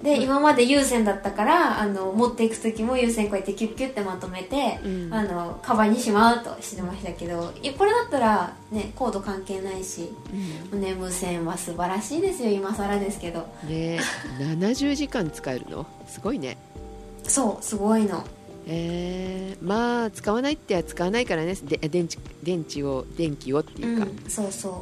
で今まで有線だったから持っていく時も有線こうやってキュッキュッてまとめて、カバンにしまうとしてましたけど、これだったらねコード関係ないし、無線は素晴らしいですよ。今更ですけどね。70時間使えるのすごいね。 そうすごいの。 まあ使わないっては使わないからね。電気をっていうか、 そうそう、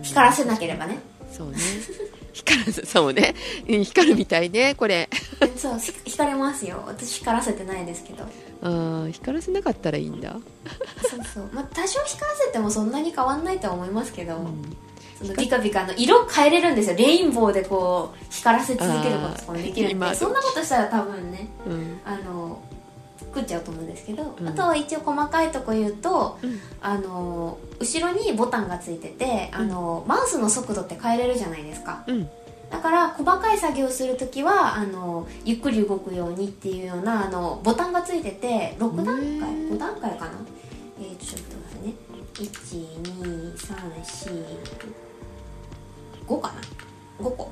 光らせなければね。 そうね。そうね。光るみたいねこれ。 そう光れますよ。私光らせてないですけど。 光らせなかったらいいんだ。 そうそう、まあ、多少光らせてもそんなに変わんないとは思いますけど、そのビカビカの色変えれるんですよ。レインボーでこう光らせ続けることとかもできるんで、そんなことしたら多分ね、食っちゃうと思うんですけど、あとは一応細かいとこ言うと、後ろにボタンがついてて、マウスの速度って変えれるじゃないですか、だから細かい作業をするときはゆっくり動くようにっていうようなボタンがついてて、6段階5段階かな、ちょっと待ってね、12345かな、5個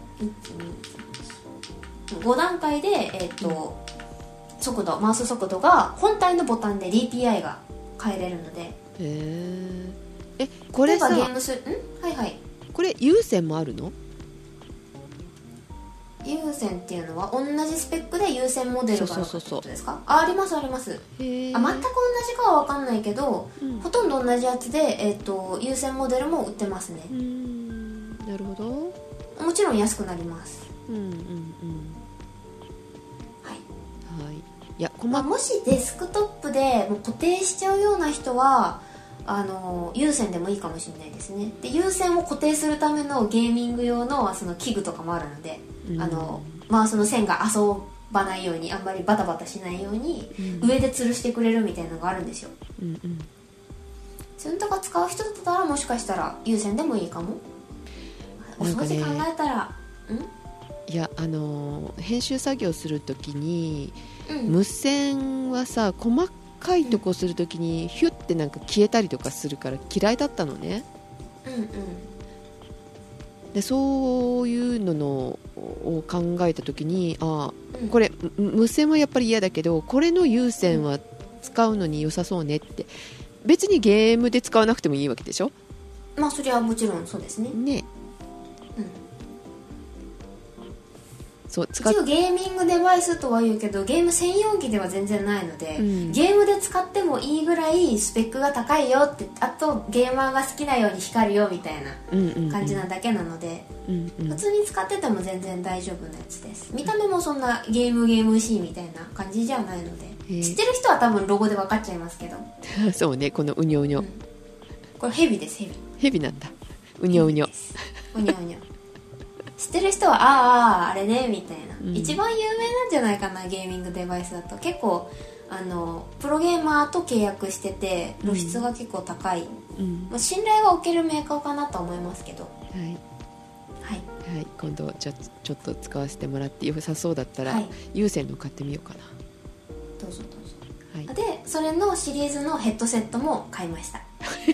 5段階でマウス速度が本体のボタンで DPI が変えれるので。 これさ、 例えばゲームするはいはい、 これ有線もあるの？ 有線っていうのは同じスペックで有線モデルがあるってことですか？ありますあります。全く同じかは分かんないけど、ほとんど同じやつで、有線モデルも売ってますね。 なるほど。 もちろん安くなります。いやもしデスクトップでもう固定しちゃうような人は有線でもいいかもしれないですね。で有線を固定するためのゲーミング用のその器具とかもあるので、マウスの線が遊ばないように、あんまりバタバタしないように、上で吊るしてくれるみたいなのがあるんですよ。そういうのとか使う人だったらもしかしたら有線でもいいかも。お掃除考えたら、 いや編集作業するときに、無線はさ細かいとこするときにヒュッてなんか消えたりとかするから嫌いだったのね。でそういうのを考えたときにこれ無線はやっぱり嫌だけど、これの有線は使うのに良さそうねって。別にゲームで使わなくてもいいわけでしょ。 まあそれはもちろんそうですね。そう一応ゲーミングデバイスとは言うけどゲーム専用機では全然ないので、ゲームで使ってもいいぐらいスペックが高いよって、あとゲーマーが好きなように光るよみたいな感じなだけなので、普通に使ってても全然大丈夫なやつです。見た目もそんなゲームしいみたいな感じじゃないので、知ってる人は多分ロゴで分かっちゃいますけどそうね、このうにょうにょ、 これヘビです。 ヘビなんだ、うにょうにょうにょうにょ知ってる人はあれねみたいな、一番有名なんじゃないかな。ゲーミングデバイスだと結構プロゲーマーと契約してて露出が結構高い、信頼は置けるメーカーかなと思いますけど、 今度ちょっと使わせてもらって良さそうだったら、有線の買ってみようかな。 どうぞどうぞ。でそれのシリーズのヘッドセットも買いました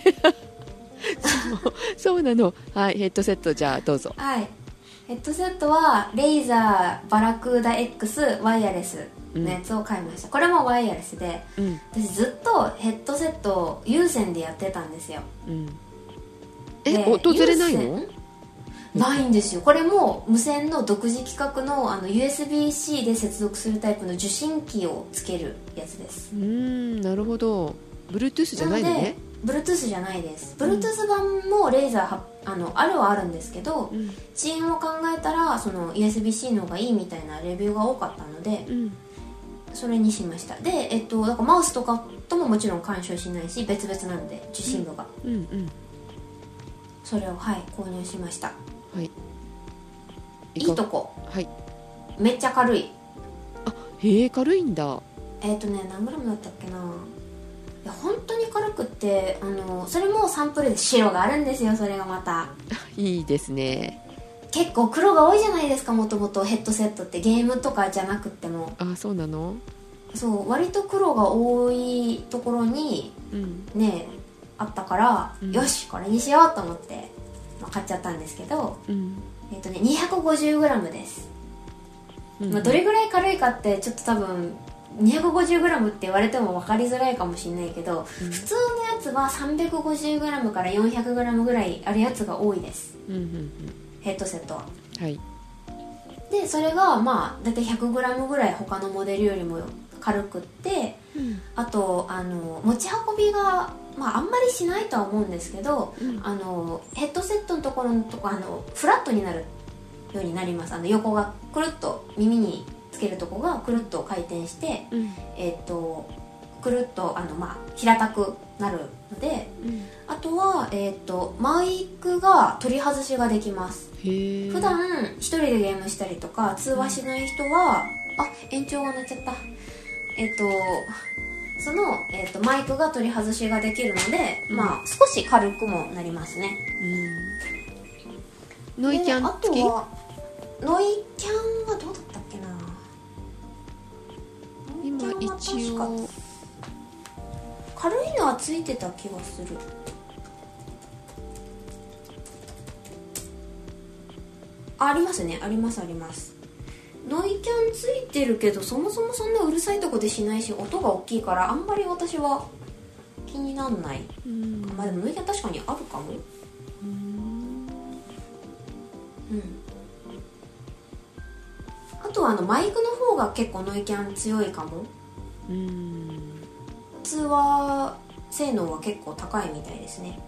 そうなの。ヘッドセットじゃあどうぞ。 ヘッドセットはレイザーバラクーダ X ワイヤレスのやつを買いました。これもワイヤレスで、私ずっとヘッドセットを有線でやってたんですよ。 訪れないの？ ないんですよ。これも無線の独自規格のUSB-C で接続するタイプの受信機をつけるやつです。 なるほど。Bluetooth じゃないのね。 Bluetooth じゃないです。Bluetooth 版もレーザーあるはあるんですけど、遅延を考えたらその USB-C の方がいいみたいなレビューが多かったので、それにしました。で、だからマウスとかとももちろん干渉しないし別々なので受信部が、それを購入しました。いいとこ、めっちゃ軽い。 へえ、軽いんだ。 何グラムだったっけな。いや本当に軽くって、それもサンプルで白があるんですよ。それがまたいいですね。 結構黒が多いじゃないですか。もともとヘッドセットってゲームとかじゃなくっても。 そうなの。 そう割と黒が多いところにね、あったから、よしこれにしようと思って、買っちゃったんですけど、250g です。 まあ、どれぐらい軽いかってちょっと多分 250g って言われても分かりづらいかもしれないけど、普通のやつは 350g から 400g ぐらいあるやつが多いです、ヘッドセットは。 はい。 でそれがまあだいたい 100g ぐらい他のモデルよりも軽くって、あと持ち運びが、まあ、あんまりしないとは思うんですけど、ヘッドセットのところフラットになるようになります。横がくるっと耳につけるとこがくるっと回転して、くるっとまあ、平たくなるので、あとは、マイクが取り外しができます。普段一人でゲームしたりとか通話しない人は、延長が鳴っちゃった。その、マイクが取り外しができるので、まあ少し軽くもなりますね。 ノイキャン付き？ あとはノイキャンはどうだったっけな。 今一応軽いのはついてた気がする。ありますね、ありますあります。ノイキャンついてるけど、そもそもそんなうるさいとこでしないし、音が大きいからあんまり私は気になんない。まあでもノイキャン確かにあるかも。あとはマイクの方が結構ノイキャン強いかも。通話性能は結構高いみたいですね。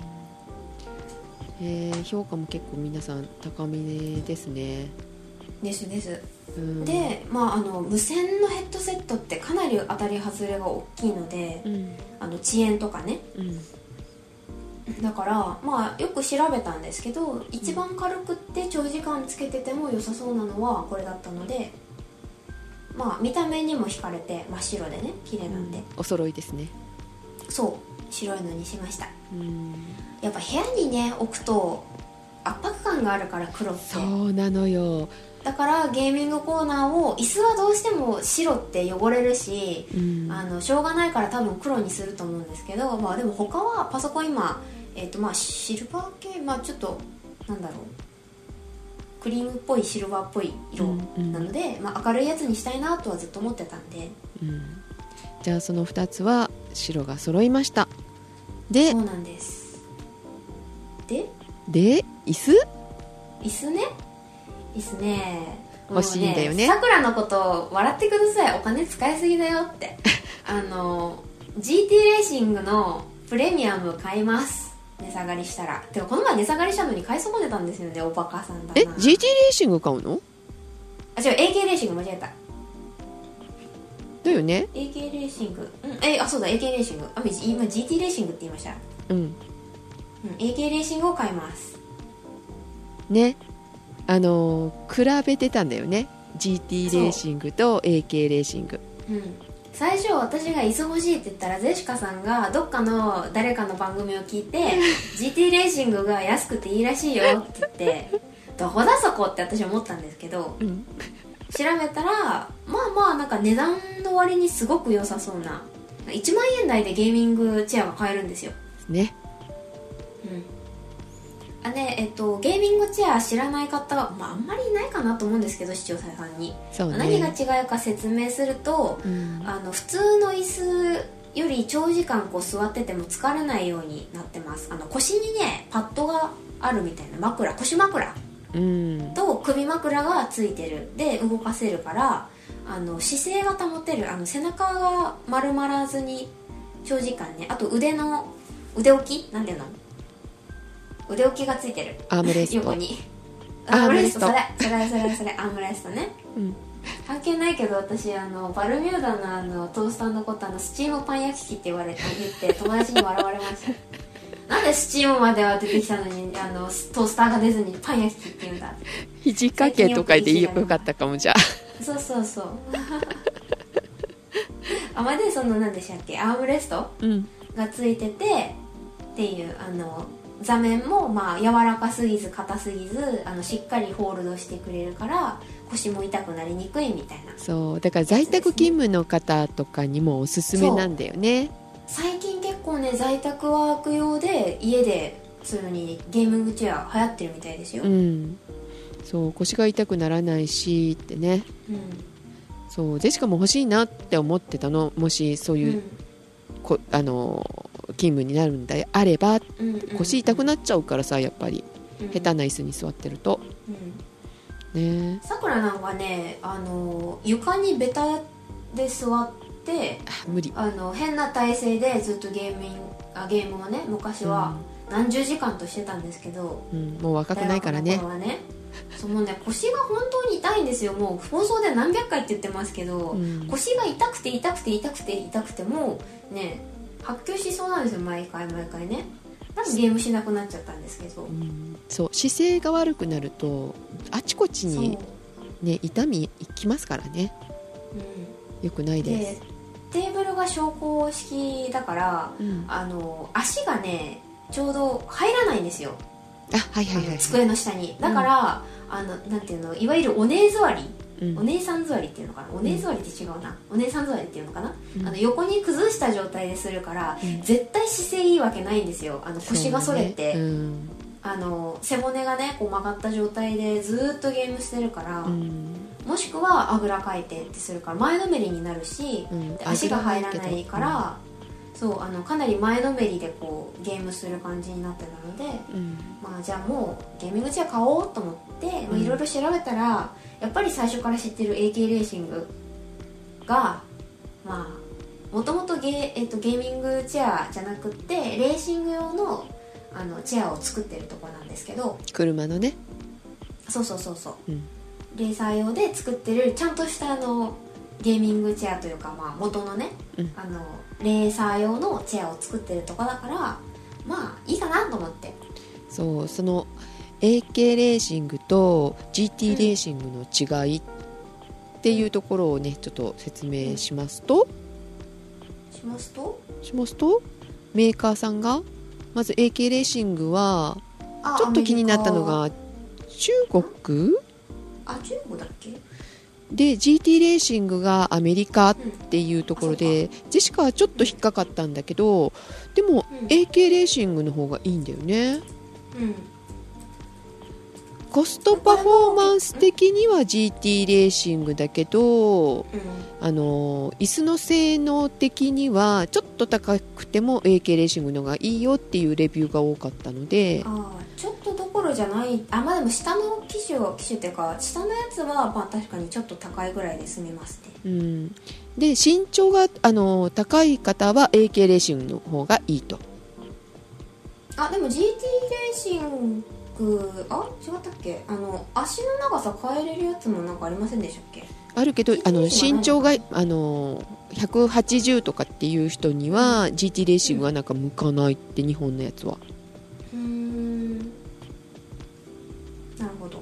評価も結構皆さん高めですね。 ですで、まあ、無線のヘッドセットってかなり当たり外れが大きいので、遅延とかね、だから、まあ、よく調べたんですけど、一番軽くって長時間つけてても良さそうなのはこれだったので、まあ、見た目にも惹かれて真っ白でね、綺麗なんで、 お揃いですね。 そう白いのにしました。やっぱ部屋にね置くと圧迫感があるから、黒って。 そうなのよ。 だからゲーミングコーナーを、椅子はどうしても白って汚れるし、しょうがないから多分黒にすると思うんですけど、まあでも他はパソコン今、まあシルバー系、まあちょっとなんだろう、クリームっぽいシルバーっぽい色なので、まあ明るいやつにしたいなとはずっと思ってたんで、 じゃあその2つは白が揃いました。で、 そうなんです。 で椅子ね、欲しいんだよね。 さくらのこと笑ってください。お金使いすぎだよってGT レーシングのプレミアム買います、値下がりしたら。てかこの前値下がりしたのに買い損ねたんですよね。おバカさんだな。 GT レーシング買うの？ 違う、AK レーシング間違えた。 だよね。 AK レーシング、そうだ AK レーシング、今 GT レーシングって言いました。AK レーシングを買いますね。比べてたんだよね、 GT レーシングと AK レーシング。 最初私が椅子欲しいって言ったら、ゼシカさんがどっかの誰かの番組を聞いてGT レーシングが安くていいらしいよって言ってどこだそこって私思ったんですけど、調べたらまあまあなんか値段の割にすごく良さそうな、1万円台でゲーミングチェアが買えるんですよね。 ゲーミングチェア知らない方は、あんまりいないかなと思うんですけど、視聴者さんに、何が違うか説明すると、普通の椅子より長時間こう座ってても疲れないようになってます。腰にねパッドがあるみたいな、腰枕と首枕がついてる。で動かせるから姿勢が保てる、背中が丸まらずに長時間ね。あと腕置きなんていうの、腕置きがついてる、 アームレスト横にアームレスト、それアームレストね、関係ないけど、私バルミューダのトースターのことスチームパン焼き器って言って友達に笑われましたなんでスチームまでは出てきたのにトースターが出ずにパン焼き器って言うんだ。 肘掛けとかでよかったかも。じゃあそうでその何でしたっけ、アームレストがついててっていう、座面も柔らかすぎず硬すぎずしっかりホールドしてくれるから腰も痛くなりにくいみたいな。 そうだから在宅勤務の方とかにもおすすめなんだよね。 最近結構ね在宅ワーク用で家でするのにゲーミングチェア流行ってるみたいですよ。 そう腰が痛くならないしってね、 うん、 そうジェシカも欲しいなって思ってたの。もしそういう、勤務になるんであれば、腰痛くなっちゃうからさ、やっぱり、下手な椅子に座ってると、ね。さくらなんかね、床にベタで座って無理、 変な体勢でずっとゲームをね昔は何十時間としてたんですけど、 もう若くないからね。 もうね、腰が本当に痛いんですよ。もう放送で何百回って言ってますけど、腰が痛くて痛くて痛くて痛くてもうね発狂しそうなんですよ、毎回ね。なんかゲームしなくなっちゃったんですけど、 そう姿勢が悪くなるとあちこちに、ね、痛みいきますからね、よくないです。 テーブルが昇降式だから、足がねちょうど入らないんですよ。机の下に。だから、なんていうの、いわゆるお姉座り、お姉さん座りっていうのかな、お姉座りって違うな、お姉さん座りっていうのかな、横に崩した状態でするから、絶対姿勢いいわけないんですよ。腰が反れて、背骨がねこう曲がった状態でずっとゲームしてるから、もしくはあぐらかいてってするから前のめりになるし、足が入らないから、そうかなり前のめりでこうゲームする感じになってたので、じゃあもうゲーミングチェア買おうと思っていろいろ調べたら、やっぱり最初から知ってる AK レーシングがもともとゲーミングチェアじゃなくってレーシング用のチェアを作ってるところなんですけど、 車のね、 そう、レーサー用で作ってるちゃんとしたゲーミングチェアというか、元のね、レーサー用のチェアを作ってるとこだからいいかなと思って。 その AK レーシングと GT レーシングの違いっていうところをねちょっと説明しますと、メーカーさんがまず AK レーシングはちょっと気になったのが中国だっけで GT レーシングがアメリカっていうところで、ジェシカはちょっと引っかかったんだけど、でも AK レーシングの方がいいんだよね。コストパフォーマンス的には GT レーシングだけど、椅子の性能的にはちょっと高くても AK レーシングの方がいいよっていうレビューが多かったので、 ちょっとどころじゃない。でも下の機種っていうか下のやつは確かにちょっと高いぐらいで済みますね。 で身長が高い方は AK レーシングの方がいいと。 でも GT レーシング違ったっけ、足の長さ変えれるやつもなんかありませんでしたっけ。あるけど身長が180とかっていう人には GT レーシングはなんか向かないって、日本のやつは。 なるほど。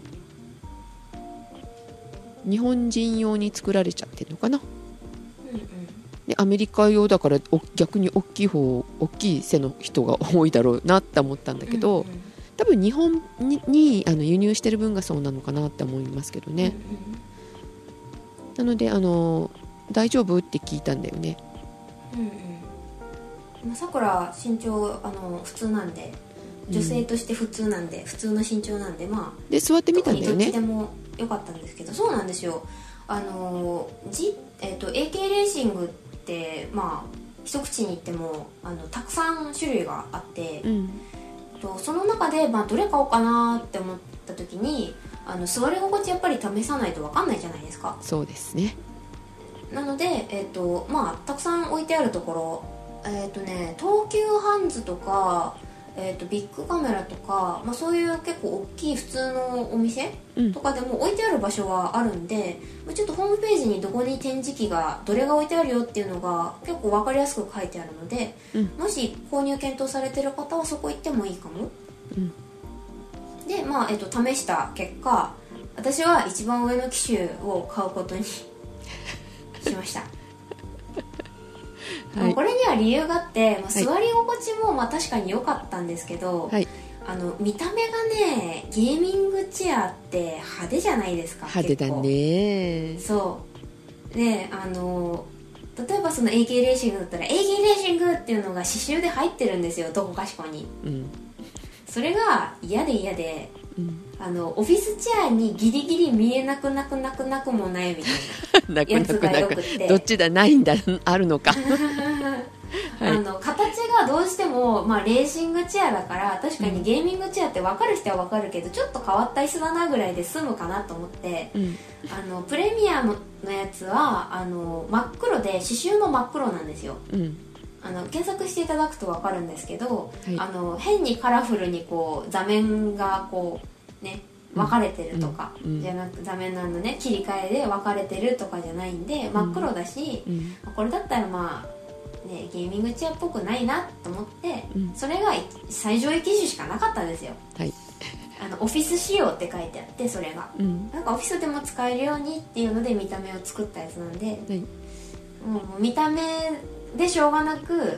日本人用に作られちゃってるのかな。でアメリカ用だから逆に大きい背の人が多いだろうなって思ったんだけど、多分日本に輸入してる分がそうなのかなって思いますけどね。なので大丈夫って聞いたんだよね。 さくら身長普通なんで、女性として普通なんで、普通の身長なんでで座ってみたんだよね。 どっちでもよかったんですけど、そうなんですよ。AK レーシングって一口に言ってもたくさん種類があって、その中でどれ買おうかなって思った時に座り心地やっぱり試さないと分かんないじゃないですか。 そうですね。 なので、たくさん置いてあるところ、東急ハンズとか、ビッグカメラとか、そういう結構大きい普通のお店とかでも置いてある場所はあるんで、ちょっとホームページにどこに展示機がどれが置いてあるよっていうのが結構分かりやすく書いてあるので、もし購入検討されてる方はそこ行ってもいいかも。で試した結果、私は一番上の機種を買うことにしました。これには理由があって、座り心地も確かに良かったんですけど、見た目がね、ゲーミングチェアって派手じゃないですか。 派手だね。 そうで、例えばその AK レーシングだったら AK レーシングっていうのが刺繍で入ってるんですよ、どこかしこに。 それが嫌で、オフィスチェアにギリギリ見えなくもないみたいなやつがよくってどっちだ、ないんだ、あるのかはい、 形がどうしても、レーシングチェアだから確かにゲーミングチェアって分かる人は分かるけど、ちょっと変わった椅子だなぐらいで済むかなと思って、プレミアムのやつは真っ黒で刺繍も真っ黒なんですよ、検索していただくと分かるんですけど、はい、変にカラフルにこう座面がこうね分かれてるとか、じゃなく座面のね切り替えで分かれてるとかじゃないんで真っ黒だし、これだったらね、ゲーミングチェアっぽくないなと思って、それが最上位機種しかなかったんですよ、はい、オフィス仕様って書いてあって、それが、なんかオフィスでも使えるようにっていうので見た目を作ったやつなんで、はい、もう見た目でしょうがなく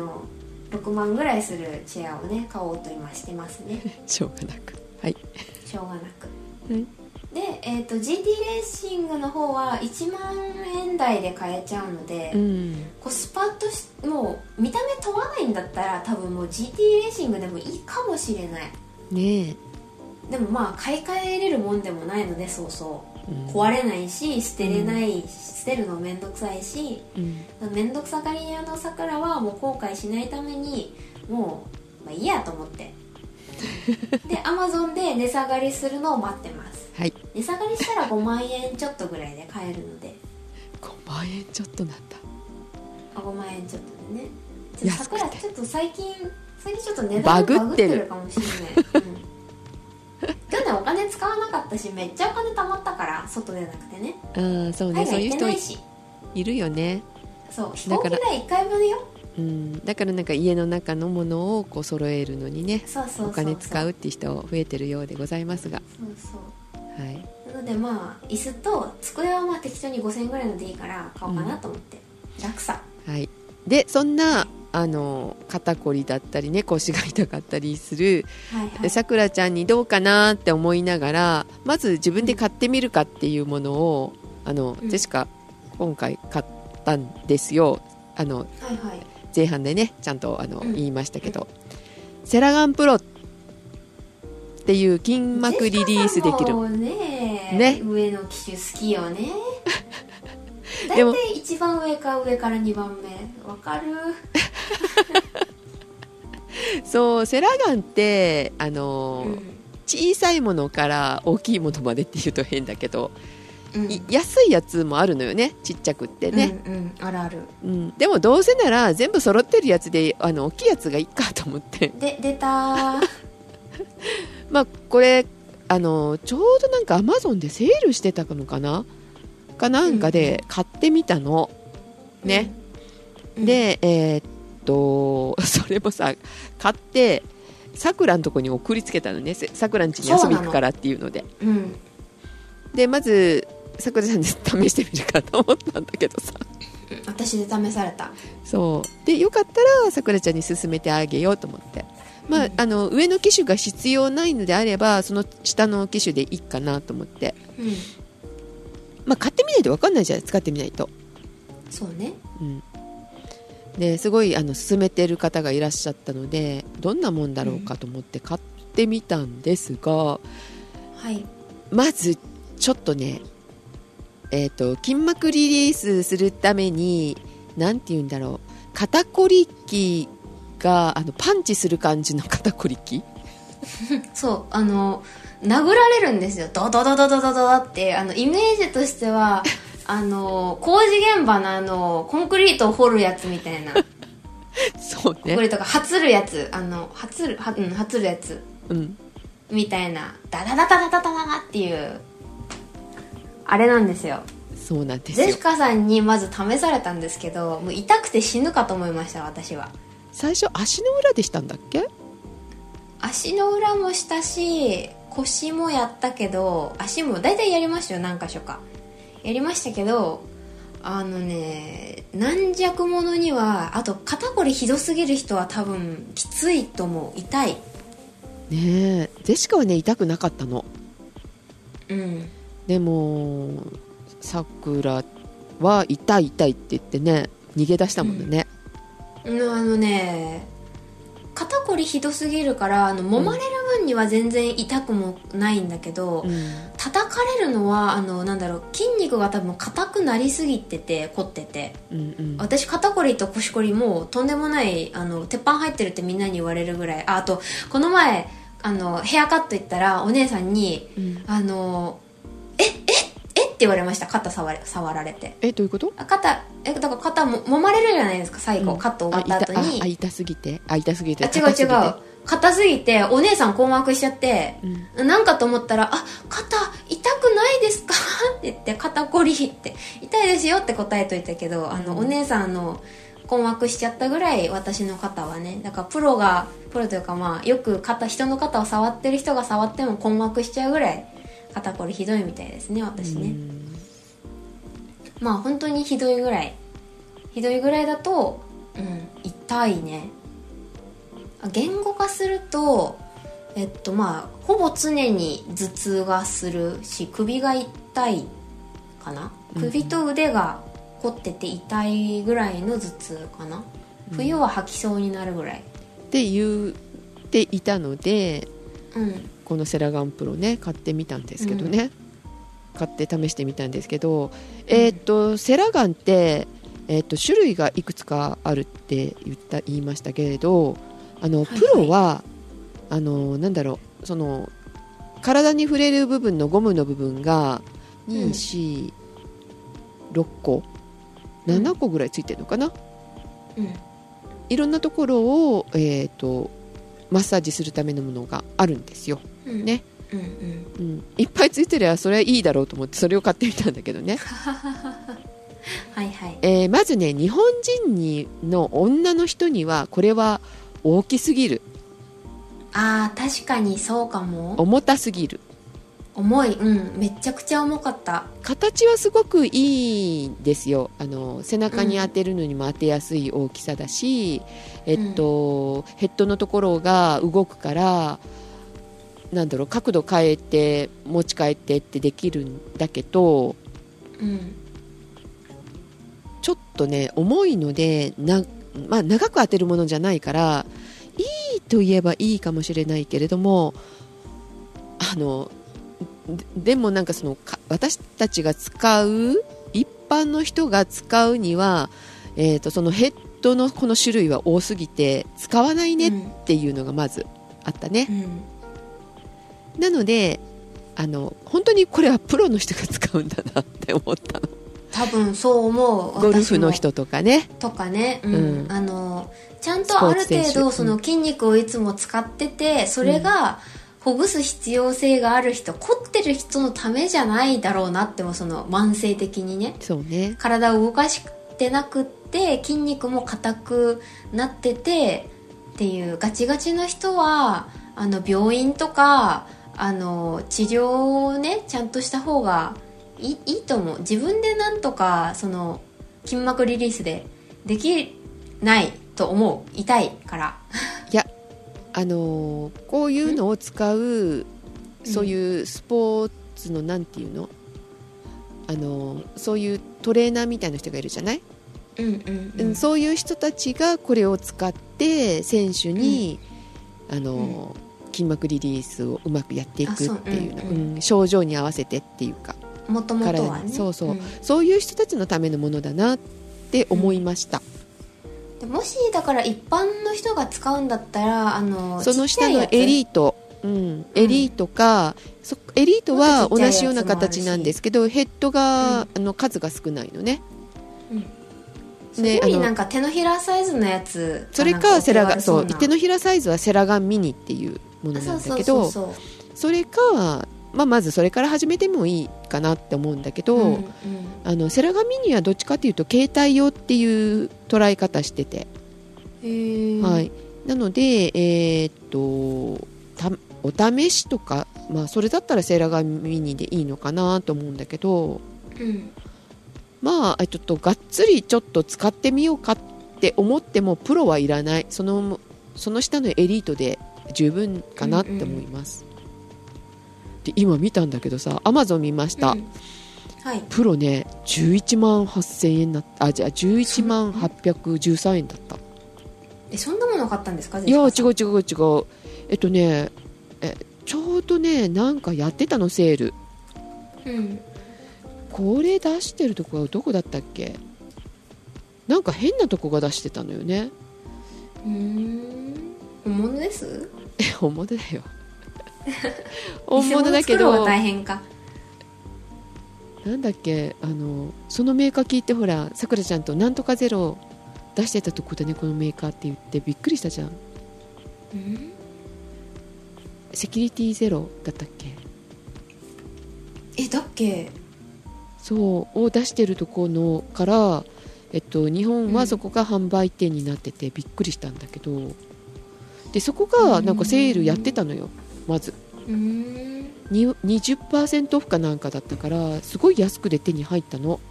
6万ぐらいするチェアをね買おうと今してますねしょうがなく、はい、 しょうがなく、はい、で、GT レーシングの方は1万円台で買えちゃうので、コスパとしてもう見た目問わないんだったら多分もう GT レーシングでもいいかもしれないね。 でも買い替えれるもんでもないので、そうそう、壊れないし捨てれない、捨てるのめんどくさいし、めんどくさがり屋のさくらはもう後悔しないためにもう、いいやと思ってで Amazon で値下がりするのを待ってます、はい、値下がりしたら5万円ちょっとぐらいで買えるので 5万円ちょっとなんだ。 5万円ちょっとでね。さくらちょっと最近ちょっと値段バグってるかもしれない、去年お金使わなかったしめっちゃお金貯まったから、外でなくてね、 そうね、そういう人いるよね。 そう、飛行機代1回分よ。 だからなんか家の中のものをこう揃えるのにね、お金使うっていう人増えてるようでございますが、はい、なので椅子と机は適当に5000円ぐらいのでいいから買おうかなと思って、楽さ、はい、でそんな肩こりだったりね、腰が痛かったりするさくらちゃんにどうかなって思いながら、まず自分で買ってみるかっていうものをジェシカ今回買ったんですよ。前半でねちゃんと言いましたけど、セラガンプロっていう筋膜リリースできるね、上の機種好きよね大体一番上から2番目わかるそう、セラガンって小さいものから大きいものまでっていうと変だけど、安いやつもあるのよね、ちっちゃくってね、 あるある、 でもどうせなら全部揃ってるやつで大きいやつがいいかと思って出たこれちょうどなんか Amazon でセールしてたのかななんかで買ってみたの、ね、でそれもさ買ってさくらのとこに送りつけたのね、さくらん家に遊び行くからっていうので、でまずさくらちゃんで試してみるかと思ったんだけどさ、 私で試された。 そうで、よかったらさくらちゃんに勧めてあげようと思って、上の機種が必要ないのであればその下の機種でいいかなと思って、買ってみないと分かんないじゃん、使ってみないと。 そうね、 ですごい勧めてる方がいらっしゃったので、どんなもんだろうかと思って買ってみたんですが、まずちょっとね、筋膜リリースするためになんて言うんだろう、肩こり機がパンチする感じの肩こり機そう殴られるんですよ、ドドドドドドドってイメージとしては工事現場のコンクリートを掘るやつみたいなそうね、 コンクリートがはつるやつはつるやつ、みたいなダダダダダダダダっていうあれなんですよ。 そうなんですよ。 ジェシカさんにまず試されたんですけど、もう痛くて死ぬかと思いました、私は。 最初足の裏でしたんだっけ？ 足の裏もしたし腰もやったけど、足も大体やりましたよ、何箇所かやりましたけど、軟弱者には、あと肩こりひどすぎる人は多分きついと思う、痛いね。ジェシカはね痛くなかったの。でもさくらは痛い痛いって言ってね逃げ出したもんね。 肩こりひどすぎるから揉まれる分には全然痛くもないんだけど、叩かれるのはなんだろう、筋肉が多分硬くなりすぎてて凝ってて、私肩こりと腰こりもうとんでもない鉄板入ってるってみんなに言われるぐらい。あとこの前ヘアカット行ったらお姉さんに、って言われました。肩触られて。 どういうこと？ だから肩も揉まれるじゃないですか、最後、カット終わった後に。 痛すぎて違う硬すぎてお姉さん困惑しちゃって、なんかと思ったら、肩痛くないですかって言って、肩こりって痛いですよって答えといたけど、お姉さん困惑しちゃったぐらい私の肩はね。だからプロというか、よく人の肩を触ってる人が触っても困惑しちゃうぐらい肩こりひどいみたいですね、私ね。本当にひどいぐらいだと、痛いね。言語化するとほぼ常に頭痛がするし、首が痛いかな、首と腕が凝ってて痛いぐらいの頭痛かな、冬は吐きそうになるぐらいって言っていたので、このセラガンプロね買ってみたんですけどね、買って試してみたんですけど、セラガンって、種類がいくつかあるって言いましたけれど、プロは、なんだろう、その体に触れる部分のゴムの部分が2、4、6個7個ぐらいついてるのかな、いろんなところを、マッサージするためのものがあるんですよ、ね、いっぱいついてればそれはいいだろうと思ってそれを買ってみたんだけどねはいはい、 まずね、日本人の女の人にはこれは大きすぎる。 確かにそうかも。 重たすぎる。 重い、めちゃくちゃ重かった。 形はすごくいいんですよ。背中に当てるのにも当てやすい大きさだし、ヘッドのところが動くから、なんだろう、角度変えて持ち替えてってできるんだけど、ちょっとね重いので長く当てるものじゃないからいいと言えばいいかもしれないけれども、でもなんか私たちが使う一般の人が使うには、そのヘッドのこの種類は多すぎて使わないねっていうのがまずあったね、なので本当にこれはプロの人が使うんだなって思ったの。 多分そう思う。 ゴルフの人とかね、 ちゃんとある程度その筋肉をいつも使ってて、それがほぐす必要性がある人、凝ってる人のためじゃないだろうなっても、その慢性的にね、 そうね、 体を動かしてなくって筋肉も硬くなっててっていうガチガチの人は病院とか治療をねちゃんとした方がいいと思う。自分でなんとかその筋膜リリースできないと思う。痛いからいやこういうのを使うそういうスポーツのなんていうの、そういうトレーナーみたいな人がいるじゃない、そういう人たちがこれを使って選手に、筋膜リリースをうまくやっていくっていうの、症状に合わせてっていうか、 もともとはね、 そういう人たちのためのものだなって思いました、 もしだから一般の人が使うんだったらその下のエリート、エリートか、エリートは同じような形なんですけどヘッドが、数が少ないのね、 それよりなんか手のひらサイズのやつ、 それかセラガン、そう、手のひらサイズはセラガンミニっていうものなんだけど、それか、まずそれから始めてもいいかなって思うんだけど、セラガンミニはどっちかというと携帯用っていう捉え方してて、はい、なので、お試しとか、それだったらセラガンミニでいいのかなと思うんだけど、ちょっとがっつりちょっと使ってみようかって思ってもプロはいらない、その下のエリートで十分かなって思います、で今見たんだけどさ、アマゾン見ました、プロね11万8000円だった。じゃあ11万813円だった。 そんなもの買ったんですか？ いや違う。ちょうどねなんかやってたのセール、これ出してるとこはどこだったっけ？なんか変なとこが出してたのよね。 本物です？ 本物だよ本物だけど、 偽物作るのが大変か。 なんだっけ、そのメーカー聞いて、ほらさくらちゃんとなんとかゼロ出してたとこだねこのメーカーって言ってびっくりしたじゃん。セキュリティゼロだったっけ？ だっけ？ そうを出してるとこのから、日本はそこが販売店になっててびっくりしたんだけど、でそこがなんかセールやってたのよ。まず20% オフかなんかだったからすごい安くで手に入ったの。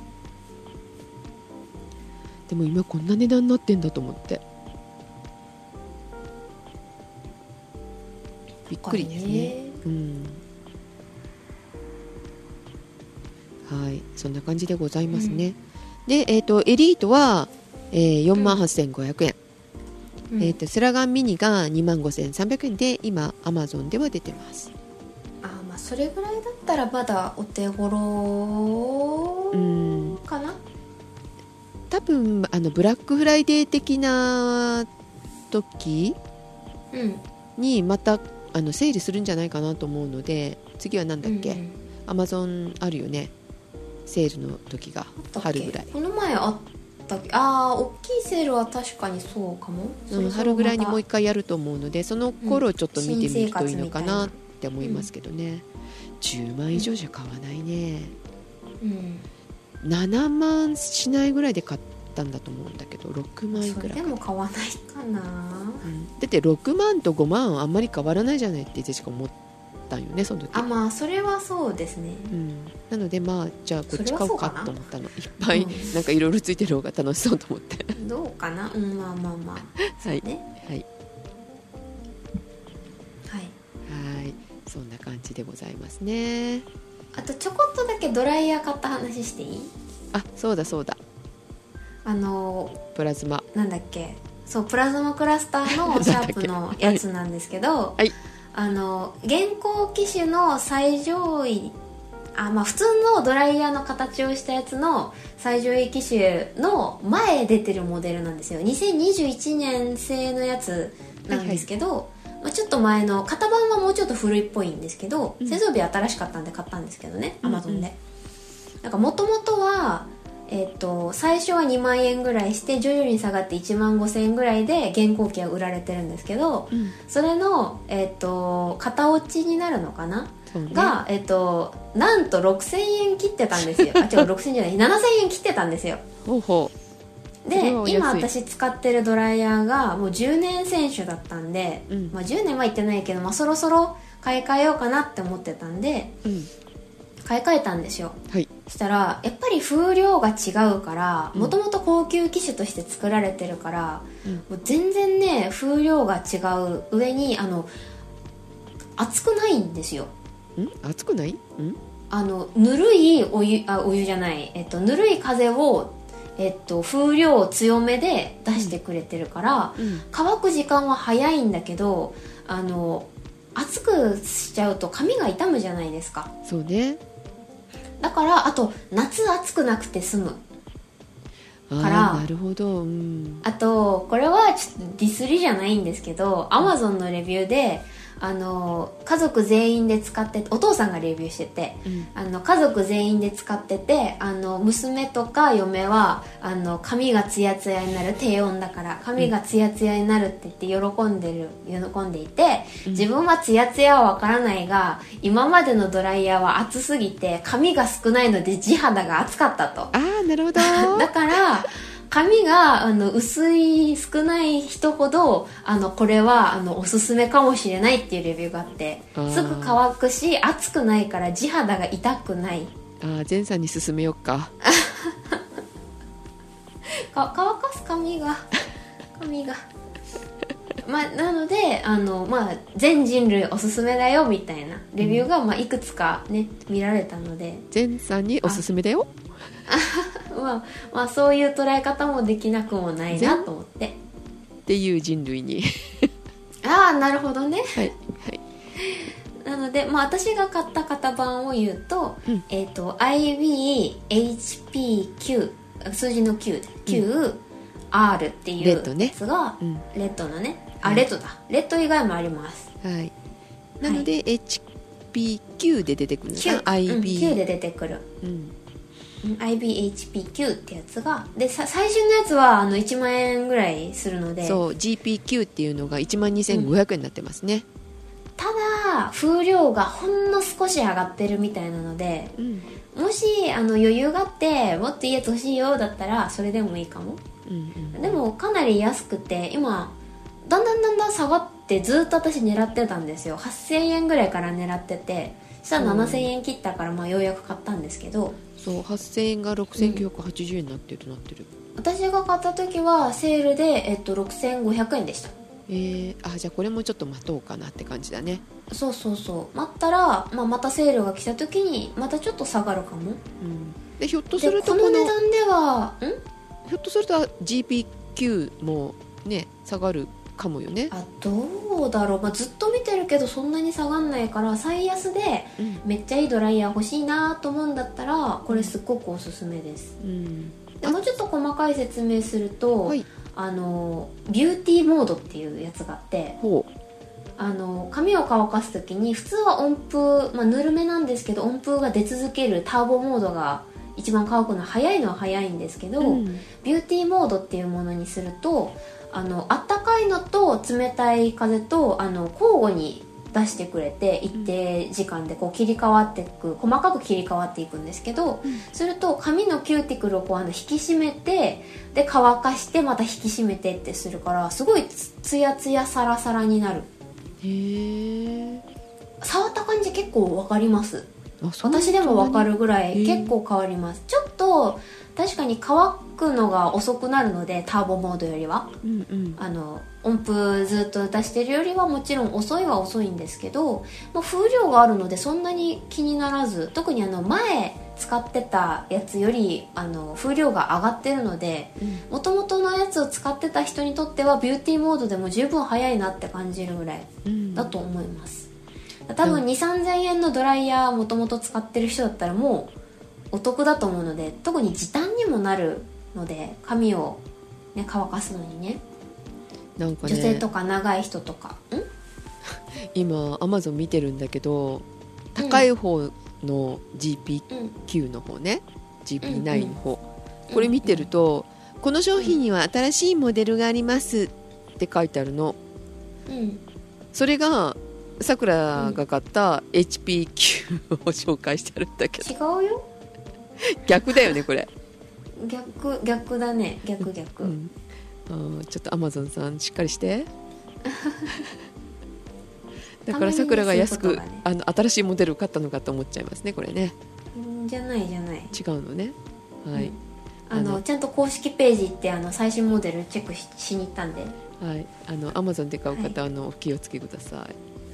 でも今こんな値段になってんだと思ってびっくりですね。はい、そんな感じでございますね。で、エリートは、48,500円、スラガンミニが 25,300 円で今アマゾンでは出てます。 まあそれぐらいだったらまだお手頃かな。 多分ブラックフライデー的な時にまたセールするんじゃないかなと思うので、次はなんだっけ、アマゾンあるよねセールの時が春ぐらい。 この前あったっけ？大きいセールは確かにそうかも。 春ぐらいにもう一回やると思うので、その頃ちょっと見てみるといいのかなって思いますけどね。10万以上じゃ買わないね。7万しないぐらいで買ったんだと思うんだけど、6万いくらか。 それでも買わないかな、 だって6万と5万あんまり変わらないじゃないってしか思ったんよねその時。 まあそれはそうですね。 なのでまあじゃあこっち買おうかと思ったの。いっぱいなんかいろいろついてる方が楽しそうと思ってどうかな。まあはい、 ね、 はいそんな感じでございますね。 あとちょこっとだけドライヤー買った話していい？ そうだプラズマなんだっけ、そうプラズマクラスターのシャープのやつなんですけど、 はい、 現行機種の最上位普通のドライヤーの形をしたやつの最上位機種の前出てるモデルなんですよ。2021年製のやつなんですけど、ちょっと前の型番はもうちょっと古いっぽいんですけど、製造日新しかったんで買ったんですけどね、アマゾンで。なんか元々は最初は2万円ぐらいして徐々に下がって1万5千円ぐらいで現行機は売られてるんですけど、それの型落ちになるのかな、がなんと6000円切ってたんですよ。6000円じゃない7000円切ってたんですよ。で今私使ってるドライヤーがもう10年選手だったんで、10年は行ってないけど、そろそろ買い替えようかなって思ってたんで、買い替えたんですよ。そしたらやっぱり風量が違うから、もともと高級機種として作られてるから、もう全然ね風量が違う上に熱くないんですよ。 熱くない？ ぬるいお湯じゃない、ぬるい風を風量強めで出してくれてるから、乾く時間は早いんだけど熱くしちゃうと髪が傷むじゃないですか。 そうね。 だからあと夏暑くなくて済むからなるほど、 あとこれはちょっとディスりじゃないんですけど、Amazon のレビューで家族全員で使ってお父さんがレビューしてて、家族全員で使ってて娘とか嫁は髪がツヤツヤになる、低温だから髪がツヤツヤになるって言って喜んでいて、自分はツヤツヤはわからないが今までのドライヤーは熱すぎて髪が少ないので地肌が熱かったと。 なるほどだから髪が薄い少ない人ほどこれはおすすめかもしれないっていうレビューがあって、すぐ乾くし熱くないから地肌が痛くない。 前さんに勧めよっか乾かす髪がなので全人類おすすめだよみたいなレビューがいくつかね見られたので、 前さんにおすすめだよそういう捉え方もできなくもないなと思って。 っていう人類にああ、なるほどね。 はい、はい、 なので、まあ、私が買った型番を言うと、IBHPQ、数字の Q で QR っていうやつがレッドのね、レッドだ、レッド以外もあります。 はい。なので、HPQ で出てくるのかな、 Q で出てくる、IBHPQ ってやつがで、最新のやつは1万円ぐらいするので、 そう GPQ っていうのが12,500円になってますね。 ただ風量がほんの少し上がってるみたいなので、もし余裕があってもっといいやつ欲しいよだったらそれでもいいかも、でもかなり安くて、今だんだん下がってずっと私狙ってたんですよ。8000円ぐらいから狙ってて、そしたら7000円切ったから、まあようやく買ったんですけど、 そう8000円が6980円になってる、 私が買った時はセールで、6500円でした。 じゃあこれもちょっと待とうかなって感じだね。 そう待ったら、またセールが来た時にまたちょっと下がるかも、 でひょっとするとこの値段ではひょっとすると GPQ もね下がるかもよね。 どうだろう、ずっと見てるけどそんなに下がんないから、最安でめっちゃいいドライヤー欲しいなと思うんだったらこれすっごくおすすめです、でもうちょっと細かい説明すると、ビューティーモードっていうやつがあって、髪を乾かす時に普通は温風、ぬるめなんですけど温風が出続けるターボモードが一番乾くのは早いんですけど、ビューティーモードっていうものにするとあったかいのと冷たい風と交互に出してくれて、一定時間でこう切り替わっていく、細かく切り替わっていくんですけど、すると髪のキューティクルをこう引き締めて、で乾かしてまた引き締めてってするから、すごいツヤツヤサラサラになる。触った感じ結構分かります。私でも分かるぐらい結構変わります。ちょっと確かに乾くのが遅くなるので、ターボモードよりは、音符ずっと出してるよりはもちろん遅いんですけど、風量があるのでそんなに気にならず、特に前使ってたやつより風量が上がってるので、元々のやつを使ってた人にとってはビューティーモードでも十分早いなって感じるぐらいだと思います、多分 2,3000 円のドライヤー元々使ってる人だったらもうお得だと思うので、特に時短にもなるので、髪を、乾かすのにね、なんかね、女性とか長い人とか今 Amazon 見てるんだけど、高い方の GPQ の方ね、GP9 の方、これ見てると、この商品には新しいモデルがありますって書いてあるの、それがさくらが買った HPQ を紹介してあるんだけど、 違うよ逆だよねこれ。 逆だね、逆、 ちょっとアマゾンさんしっかりしてだからさくらが安く、新しいモデルを買ったのかと思っちゃいますねこれね。 じゃない違うのね。はい、 ちゃんと公式ページ行って最新モデルチェック しに行ったんで、 はい、アマゾンで買う方はお気をつけください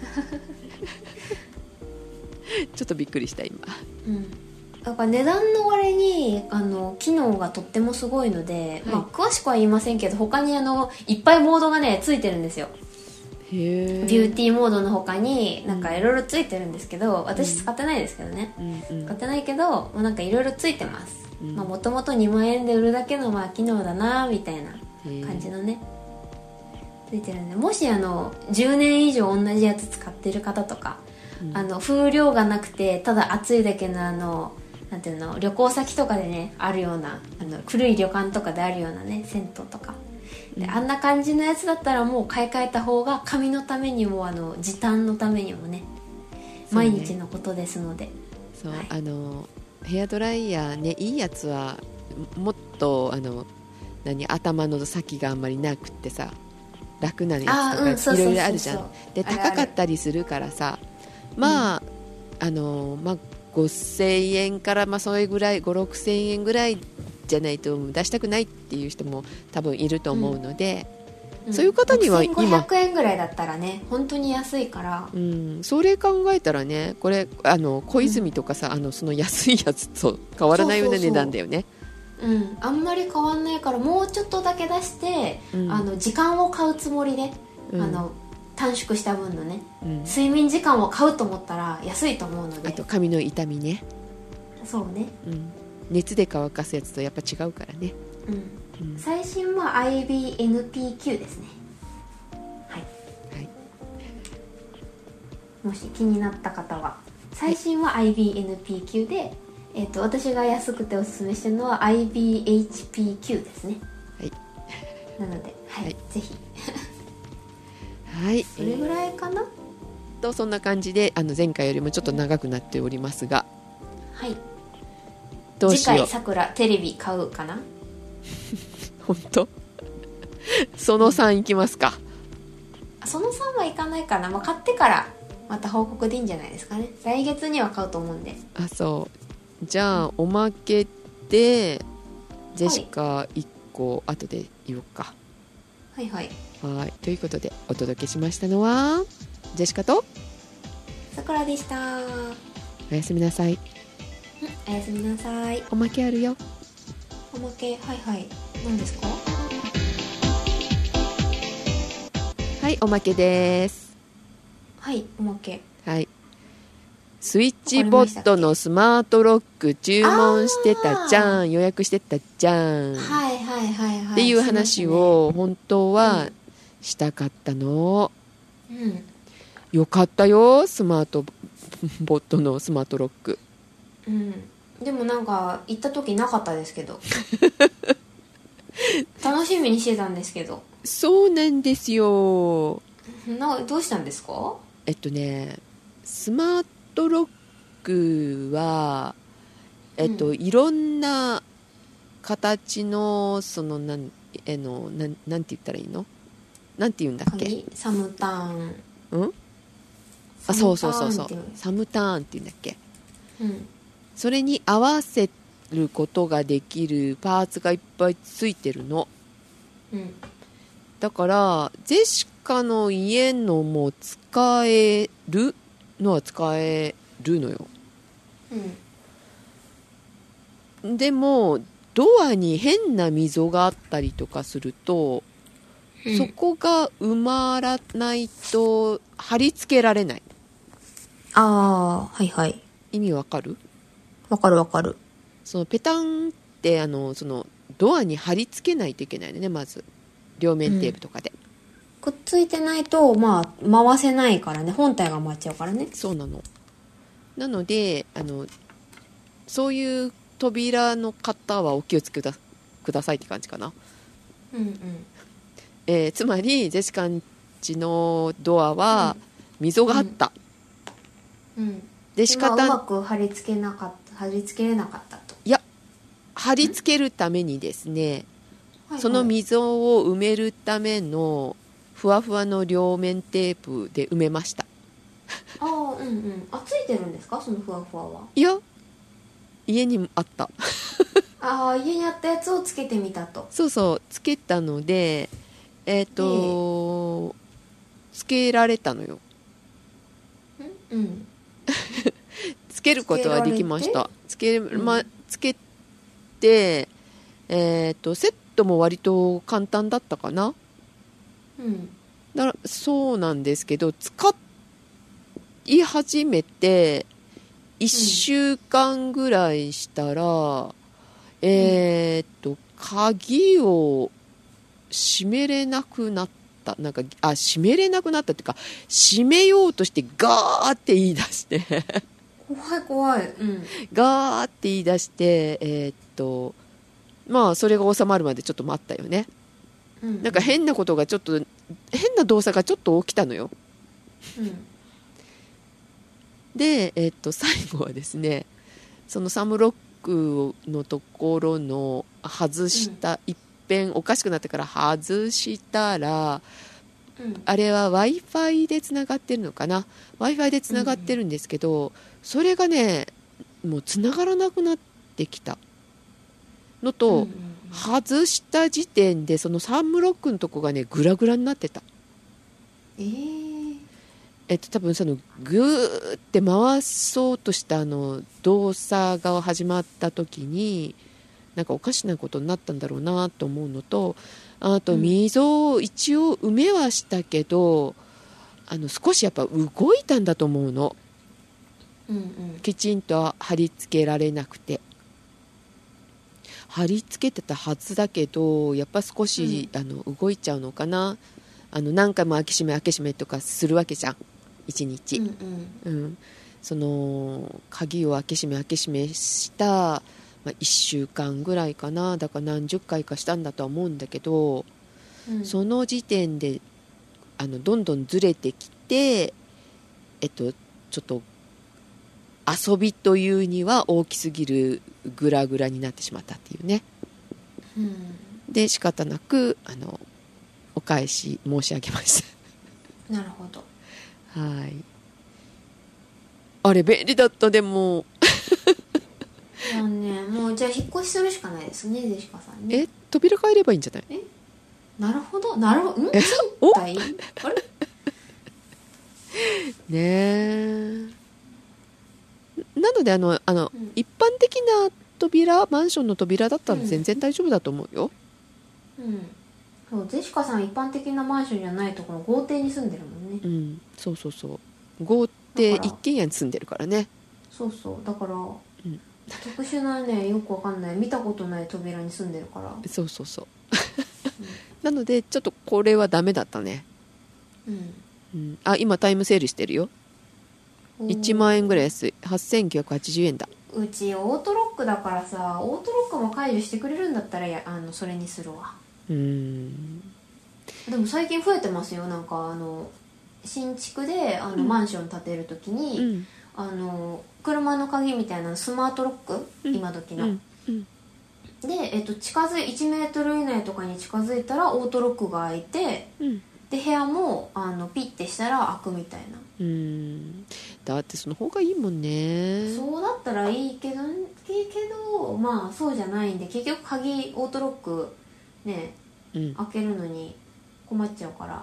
ちょっとびっくりした今。 だから値段の割に機能がとってもすごいので、詳しくは言いませんけど、他にいっぱいモードがねついてるんですよ。ビューティーモードの他になんかいろいろついてるんですけど、私使ってないですけどね、使ってないけどなんかいろいろついてます。もともと2万円で売るだけの機能だなみたいな感じのねついてるんで、もし10年以上同じやつ使ってる方とか、風量がなくてただ暑いだけのなんていうの、旅行先とかでねあるような古い旅館とかであるようなね銭湯とかで、あんな感じのやつだったらもう買い替えた方が髪のためにも時短のためにもね毎日のことですので。 そう、ヘアドライヤーね、いいやつはもっと頭の先があんまりなくってさ、楽なやつとかいろいろあるじゃん。で高かったりするからさ、5000円から、それぐらい 5,6,000 円ぐらいじゃないと出したくないっていう人も多分いると思うので、そういう方には今 6500円ぐらいだったらね本当に安いから、 それ考えたらね、これ小泉とかさ、その安いやつと変わらないような値段だよね。 あんまり変わんないからもうちょっとだけ出して、時間を買うつもりで、短縮した分のね、睡眠時間を買うと思ったら安いと思うので。 あと髪の痛みね。 そうね、 熱で乾かすやつとやっぱ違うからね。 最新は IBNPQ ですね。はい、もし気になった方は最新は IBNPQ で、私が安くておすすめしてるのは IBHPQ ですね。なので、ぜひそれぐらいかな、 とそんな感じで前回よりもちょっと長くなっておりますが、どうしよう。 次回さくらテレビ買うかな。 本当その3いきますか。 その3はいかないかな、買ってからまた報告でいいんじゃないですかね。来月には買うと思うんで。 そうじゃあ、おまけでジェシカ1個後で言おうか。ということでお届けしましたのはジェシカとさくらでした。 おやすみなさい。 おやすみなさい。 おまけあるよ。 おまけ、何ですか。 おまけです。 おまけ。 スイッチボットのスマートロック注文してたじゃん、予約してたじゃん、っていう話を本当はしたかったの。よかったよ、スマートボットのスマートロック。 でもなんか行った時なかったですけど楽しみにしてたんですけど。 そうなんですよ。 どうしたんですか。 スマートロックはいろんな形のなんて言ったらいいの、なんて言うんだっけ、 サムターン。 そうサムターンって言うんだっけ、それに合わせることができるパーツがいっぱいついてるの。だからジェシカの家のも使えるのは使えるのよ。でもドアに変な溝があったりとかすると、そこが埋まらないと貼り付けられない。意味わかる？ わかる。 そのペタンってそのドアに貼り付けないといけないね。まず両面テープとかで、 くっついてないと回せないからね。本体が回っちゃうからね。 そうなの。なのでそういう扉の方はお気をつけくださいって感じかな。つまりジェシカんちのドアは溝があった、 でうまく貼り付けれなかったと。 いや、貼り付けるためにですね、その溝を埋めるためのふわふわの両面テープで埋めました。 ついてるんですか、そのふわふわは。 いや、家にあった家にあったやつをつけてみたと。 そうつけたのでつけられたのよ。つけることはできました。つけてセットも割と簡単だったかな。そうなんですけど、使い始めて1週間ぐらいしたら、鍵を閉めれなくなった。閉めれなくなったっていうか、閉めようとしてガーって言い出して怖い、 ガーって言い出してそれが収まるまでちょっと待ったよね。なんか変な動作がちょっと起きたのよ。で、最後はですね、そのサムロックのところの外した、一遍おかしくなってから外したら、あれは Wi-Fi でつながってるのかな。 Wi-Fi でつながってるんですけど、それがねもうつながらなくなってきたのと、外した時点でそのサムロックのとこがねグラグラになってた。多分そのグーって回そうとした動作が始まった時になんかおかしなことになったんだろうなと思うのと、あと溝を一応埋めはしたけど、少しやっぱ動いたんだと思うの、きちんと貼り付けられなくて、貼り付けてたはずだけどやっぱ少し、動いちゃうのかな。何回も開け閉め開け閉めとかするわけじゃん、一日、その鍵を開け閉め開け閉めした、1週間ぐらいかな。だから何十回かしたんだとは思うんだけど、その時点でどんどんずれてきて、ちょっと遊びというには大きすぎるグラグラになってしまったっていうね、で仕方なくお返し申し上げましたなるほど。 はい。あれ便利だった。でももうじゃあ引っ越しするしかないですね、ジェシカさんね。 扉変えればいいんじゃない？ なるほど賃貸あれねえ。なので一般的な扉、マンションの扉だったら全然大丈夫だと思うよ。 そうジェシカさん一般的なマンションじゃないところ豪邸に住んでるもんね。 そうそうそう、豪邸一軒家に住んでるからね。 そうだから、特殊なね、よくわかんない見たことない扉に住んでるから。 そうなのでちょっとこれはダメだったね。今タイムセールしてるよ。1万円ぐらい安い、8980円だ。 うちオートロックだからさ、オートロックも解除してくれるんだったらそれにするわ。でも最近増えてますよ。なんか新築でマンション建てるときに、車の鍵みたいなスマートロック、今時の、で、1メートル以内とかに近づいたらオートロックが開いて、で部屋もピッてしたら開くみたいな。 だってその方がいいもんね。 そうだったらいいけどまあそうじゃないんで、結局鍵オートロックね、開けるのに困っちゃうから、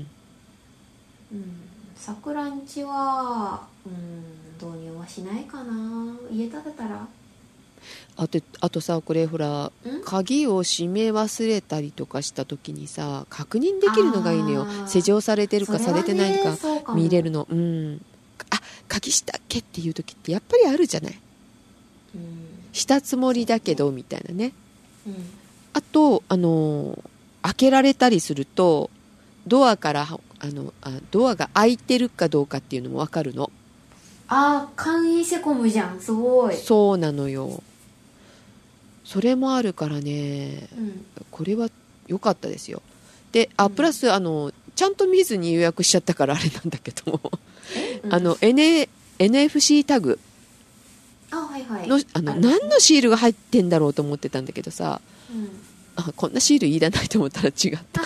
桜んちは導入はしないかな。家建てたら。 あとさ、これほら鍵を閉め忘れたりとかした時にさ、確認できるのがいいのよ。施錠されてるかされてないか見れるの。鍵したっけっていう時ってやっぱりあるじゃない。したつもりだけどみたいなね。あと開けられたりするとドアからドアが開いてるかどうかっていうのも分かるの。 簡易セコムじゃん、すごい。 そうなのよ。それもあるからね、これは良かったですよ。でプラスちゃんと見ずに予約しちゃったからあれなんだけどもNFC タグの何のシールが入ってんだろうと思ってたんだけどさ、こんなシールいらないと思ったら違った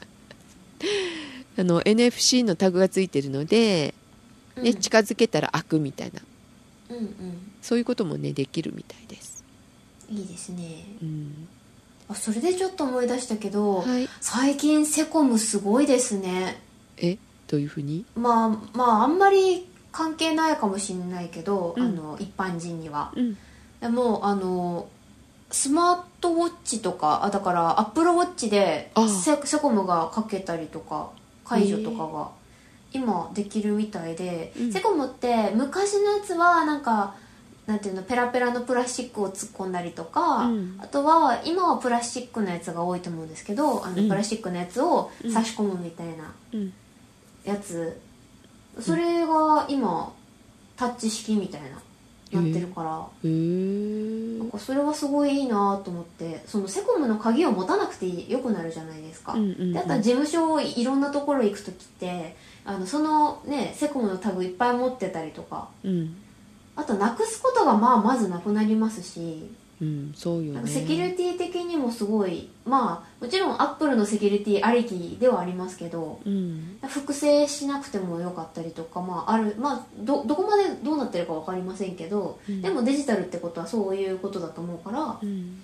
NFC のタグがついてるので、近づけたら開くみたいな、そういうこともねできるみたいです。 いいですね。それでちょっと思い出したけど、最近セコムすごいですね。 どういうふうに？ まああんまり関係ないかもしれないけど、一般人には、でもスマートウォッチとかだからアップルウォッチでセコムがかけたりとか解除とかが今できるみたいで、セコムって昔のやつはなんていうの、ペラペラのプラスチックを突っ込んだりとか、あとは今はプラスチックのやつが多いと思うんですけど、プラスチックのやつを差し込むみたいなやつ、それが今タッチ式みたいななってるから、なんかそれはすごいいいなと思って。そのセコムの鍵を持たなくてよくなるじゃないですか。であとは事務所いろんなところ行く時ってそのねセコムのタグいっぱい持ってたりとか、あとなくすことがまずなくなりますし、 そうよね。 セキュリティ的にもすごい、もちろんアップルのセキュリティありきではありますけど、複製しなくてもよかったりとか、どこまでどうなってるか分かりませんけど、でもデジタルってことはそういうことだと思うから、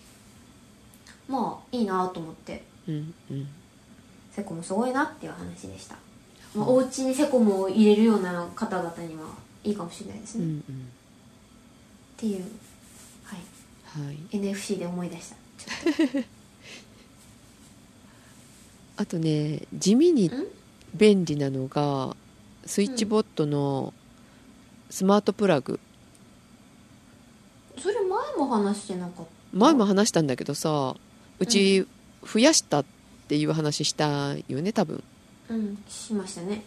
いいなと思って、セコムすごいなっていう話でした。お家にセコムを入れるような方々にはいいかもしれないですね、っていう。 い、 NFC で思い出した。 あとね、地味に便利なのがスイッチボットのスマートプラグ、 それ前も話してなかった？ 前も話したんだけどさ、うち増やしたっていう話したよね多分。 しましたね。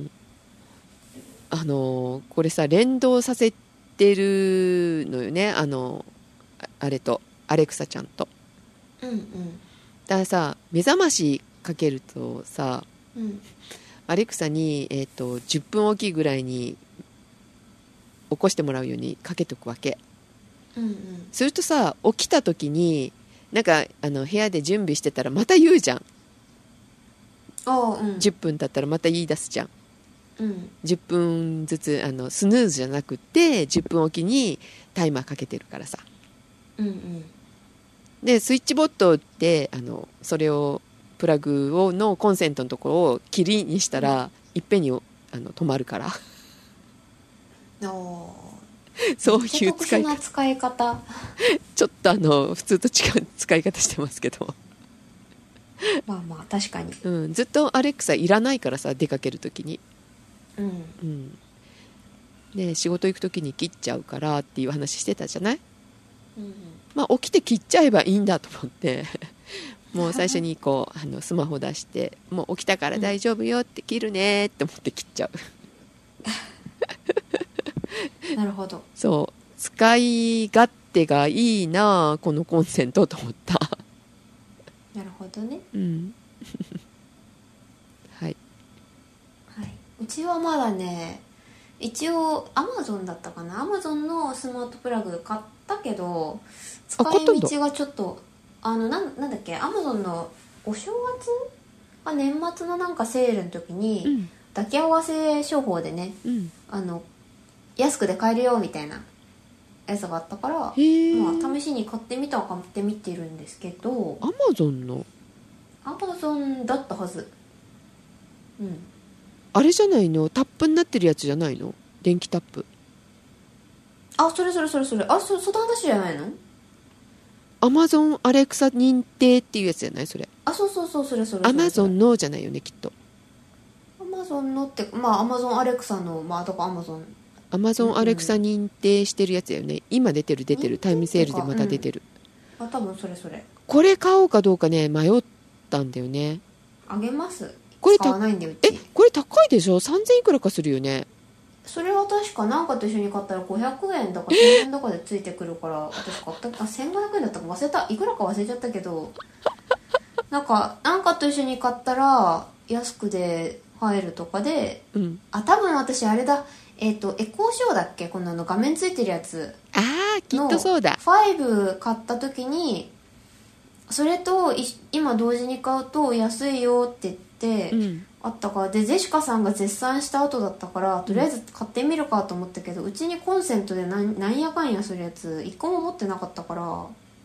これさ連動させてるのよね、あれとアレクサちゃんと。だからさ、目覚ましかけるとさ、アレクサに、10分おきぐらいに起こしてもらうようにかけとくわけ。するとさ、起きた時になんか部屋で準備してたらまた言うじゃん。10分経ったらまた言い出すじゃん。10分ずつスヌーズじゃなくて10分おきにタイマーかけてるからさ。でスイッチボットってそれをプラグのコンセントのところを切りにしたら、いっぺんに止まるからそういう使い方ちょっと普通と違う使い方してますけどまあ確かに、 ずっとアレクサいらないからさ、出かけるときに、で仕事行くときに切っちゃうからっていう話してたじゃない。まあ、起きて切っちゃえばいいんだと思ってもう最初にこうスマホ出して、もう起きたから大丈夫よって切るねって思って切っちゃうなるほど。 そう、使い勝手がいいなこのコンセントと思ったなるほどね。 はい、 うちはまだね、一応アマゾンだったかな、アマゾンのスマートプラグ買ったけど使い道がちょっとなんだっけ、アマゾンのお正月年末のなんかセールの時に、抱き合わせ商法でね、安くで買えるよみたいなやつがあったから、まあ、試しに買ってみてるんですけど。 アマゾンだったはず。 あれじゃないの、タップになってるやつじゃないの、電気タップ。 それその話じゃないの？ アマゾンアレクサ認定っていうやつじゃないそれ。 そうそれアマゾンのじゃないよねきっと。 アマゾンのって、まあアマゾンアレクサの、まあどこアマゾンアレクサ認定してるやつだよね。今出てるタイムセールでまた出てる。 多分それこれ買おうかどうかね迷ったんだよね。 あげます。 これ使わないんでうち。 これ高いでしょ、3000いくらかするよね。 それは確かなんかと一緒に買ったら500円だか1000円だかでついてくるから、私買った1500円だったか忘れた、いくらか忘れちゃったけどなんかと一緒に買ったら安くで入るとかで、多分私あれだ、エコーショーだっけ、この画面ついてるやつ。 きっとそうだ。 5買った時にそれと今同時に買うと安いよって言って、あったからで、ジェシカさんが絶賛した後だったからとりあえず買ってみるかと思ったけど、うちにコンセントでなんやかんやするやつ1個も持ってなかったから、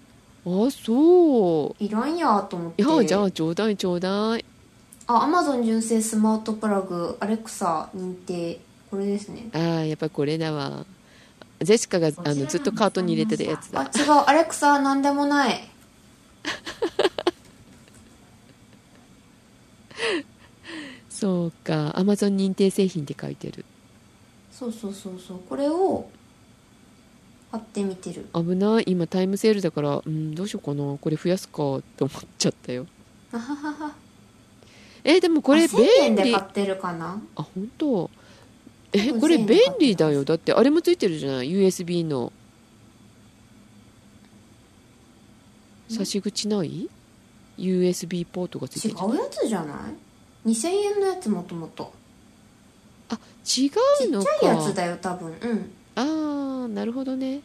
そういらんやと思って。 いや、じゃあちょうだい。 アマゾン純正スマートプラグアレクサ認定、これですね。 やっぱこれだわ。ジェシカがずっとカートに入れてたやつだ。 違う、アレクサなんでもないそうか、アマゾン認定製品って書いてる。 そうこれを買ってみてる。 危ない、今タイムセールだから、どうしようかな、これ増やすかって思っちゃったよでもこれ便利。1000 円で買ってるかな。 本当。これ便利だよ。だってあれもついてるじゃない、 USB の差し口ない USB ポートがついてる。 違うやつじゃない？ 2000 円のやつ、もともと。 違うのか。 ちっちゃいやつだよ多分。 なるほどね。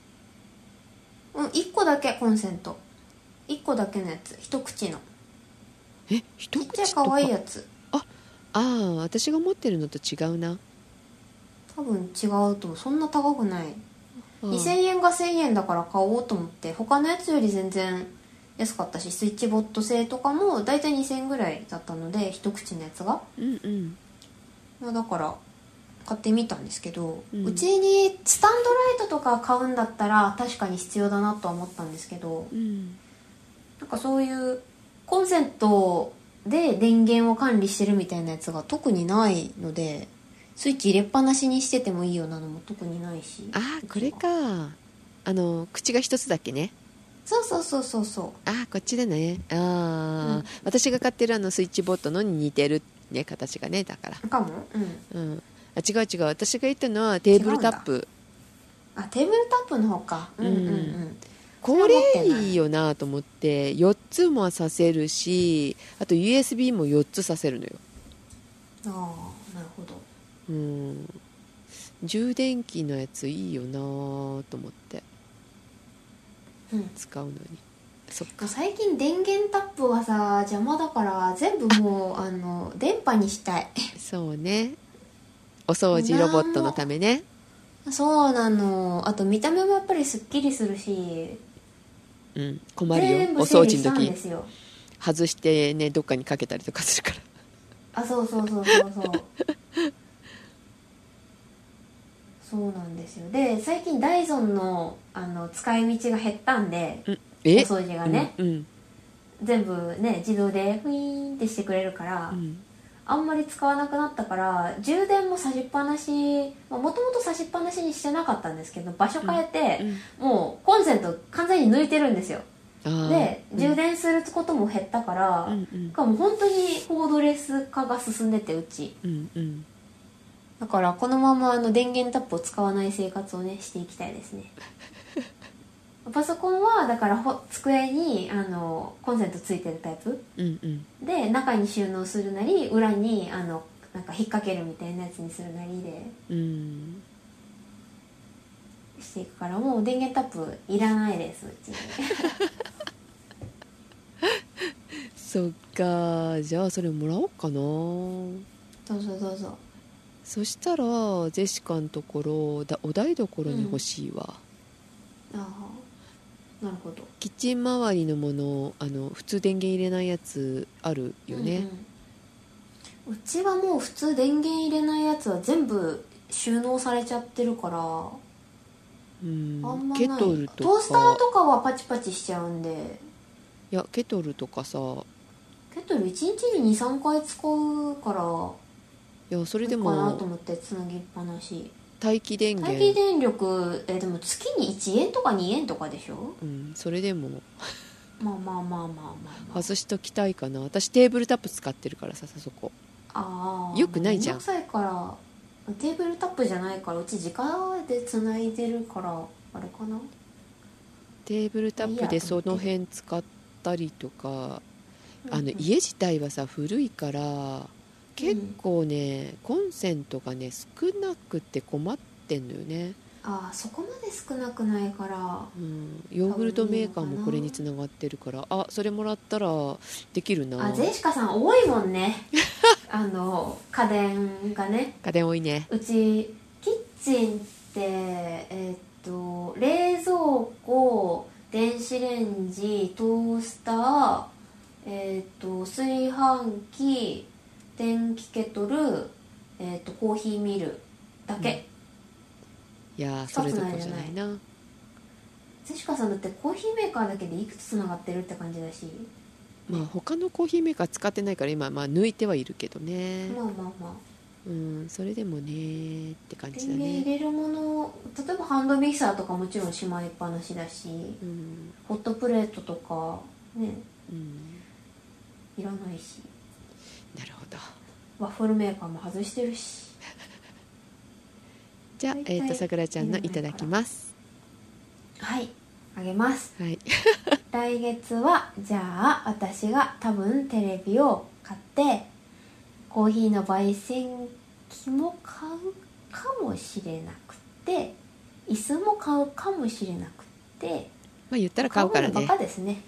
1個だけコンセント、1個だけのやつ、一口の一口とかちっちゃい可愛いやつ。 私が持ってるのと違うな。 多分違うと思う。そんな高くない。2000円が1000円だから買おうと思って、他のやつより全然安かったし、スイッチボット製とかもだいたい2000円ぐらいだったので、一口のやつが、だから買ってみたんですけど、 うんうちにスタンドライトとか買うんだったら確かに必要だなとは思ったんですけど、 うんなんかそういうコンセントで電源を管理してるみたいなやつが特にないので、スイッチ入れっぱなしにしててもいいようなのも特にないし。 ああこれか、口が一つだっけね。 そうそうそうそうそう。 ああこっちだね。ああ、 うん、 私が買ってるスイッチボットのに似てるね、形がね。だからかも。 あ違う違う、私が言ったのはテーブルタップ。 あ、テーブルタップの方か。 これいいよなと思って4つもさせるし、あと USB も4つさせるのよ。 ああなるほど。 充電器のやついいよなと思って、使うのに。そっか。 最近電源タップはさ邪魔だから全部もう電波にしたい。 そうね、お掃除ロボットのためね。 そうなの。あと見た目もやっぱりすっきりするし、 困るよ、お掃除の時外してね、どっかにかけたりとかするから。 あ、そうそうそうなんですよ。で最近ダイソンの使い道が減ったんで、お掃除がね、全部ね自動でフィーンってしてくれるから、あんまり使わなくなったから、充電も差しっぱなし、もともと差しっぱなしにしてなかったんですけど、場所変えて、もうコンセント完全に抜いてるんですよ。で充電することも減ったから、もう本当にコードレス化が進んでて、うち、だからこのまま電源タップを使わない生活をねしていきたいですね。パソコンはだから机にコンセントついてるタイプ、で中に収納するなり、裏になんか引っ掛けるみたいなやつにするなりで、していくから、もう電源タップいらないです、うちに。 そっか、じゃあそれもらおうかな。 そうそしたらジェシカのところお台所に欲しいわ。 ああなるほど。 キッチン周りのもの、普通電源入れないやつあるよね。 うちはもう普通電源入れないやつは全部収納されちゃってるから、あんまない。 ケトルとかトースターとかはパチパチしちゃうんで。 いやケトルとかさ、 ケトル1日に 2,3 回使うから、 いやそれでもいいかなと思ってつなぎっぱなし。 待機電源、 待機電力でも月に1円とか2円とかでしょ。 それでもまあ外しときたいかな。私テーブルタップ使ってるからさ、そこよくないじゃん。 めんどくさいから、テーブルタップじゃないから、うち直でつないでるから、あれかな。 テーブルタップでその辺使ったりとか、家自体はさ古いから結構ね、コンセントがね少なくて困ってんのよね。 そこまで少なくないから、 ヨーグルトメーカーもこれにつながってるから、それもらったらできるな。 ジェシカさん多いもんね。家電がね。 家電多いね。 うちキッチンって冷蔵庫、電子レンジ、トースター、炊飯器、電気ケトル、コーヒーミルだけ、 いやそれどころじゃないな。 ジェシカさんだってコーヒーメーカーだけでいくつつながってるって感じだし、 他のコーヒーメーカー使ってないから今抜いてはいるけどね。それでもねって感じだね。 電源入れるもの、例えばハンドミキサーとかもちろんしまいっぱなしだし、ホットプレートとかね、いらないし。 なるほど。 ワッフルメーカーも外してるし。 じゃあさくらちゃんのいただきます。 はい、あげます。 はい。 来月はじゃあ私が多分テレビを買って、コーヒーの焙煎機も買うかもしれなくて、椅子も買うかもしれなくて、 言ったら買うからね。 買うのバカですね。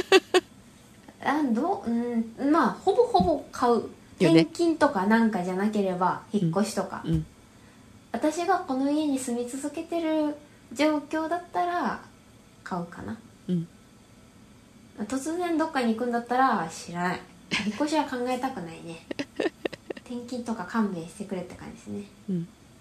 ほぼほぼ買う。転勤とかなんかじゃなければ引っ越しとか、私がこの家に住み続けてる状況だったら買うかな。突然どっかに行くんだったら知らない。引っ越しは考えたくないね。転勤とか勘弁してくれって感じですね。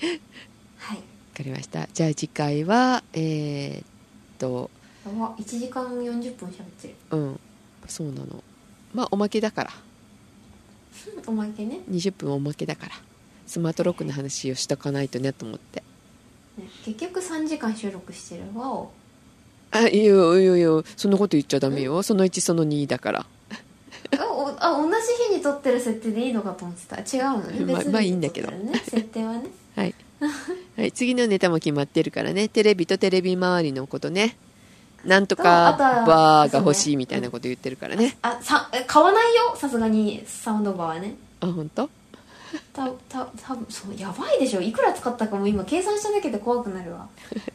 はい。 わかりました。じゃあ次回は 1時間40分喋ってる。 そうなの。まあおまけだからおまけね。 20分おまけだからスマートロックの話をしとかないとねと思って、 ね、結局3時間収録してるわお。 いやそんなこと言っちゃダメよ。その1その2だから同じ日に撮ってる設定でいいのかと思ってた。違うのね。別にまあいいんだけどね、設定はねはい、はい、次のネタも決まってるからね。テレビとテレビ周りのことね。なんとかバーが欲しいみたいなこと言ってるからね。 買わないよさすがにサウンドバーはね。 本当？ 多分そうやばいでしょ。いくら使ったかも今計算しただけで怖くなるわ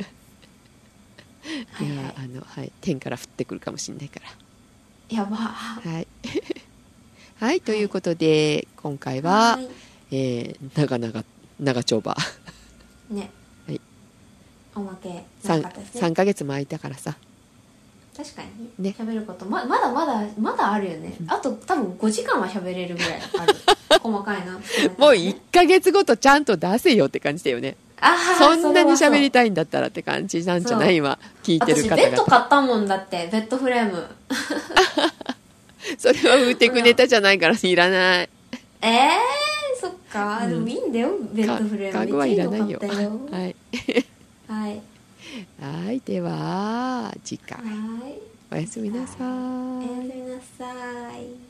いや天から降ってくるかもしれないから。 やばはいはい、ということで今回は、長丁場ね、 はい、 おまけなかったですね。 3ヶ月も空いたからさ。 確かにね、喋ることまだあるよね。あと多分5時間は喋れるぐらいある細かいな、ね、 もう1ヶ月ごとちゃんと出せよって感じだよね。そんなに喋りたいんだったらって感じなんじゃない？今聞いてる方々。 私ベッド買ったもんだって。ベッドフレームそれはウーテクネタじゃないからいらない。 そっか、でもいいんだよベッドフレーム。 家具はいらないよ。 はいはいはい、では次回おやすみなさい。 おやすみなさい。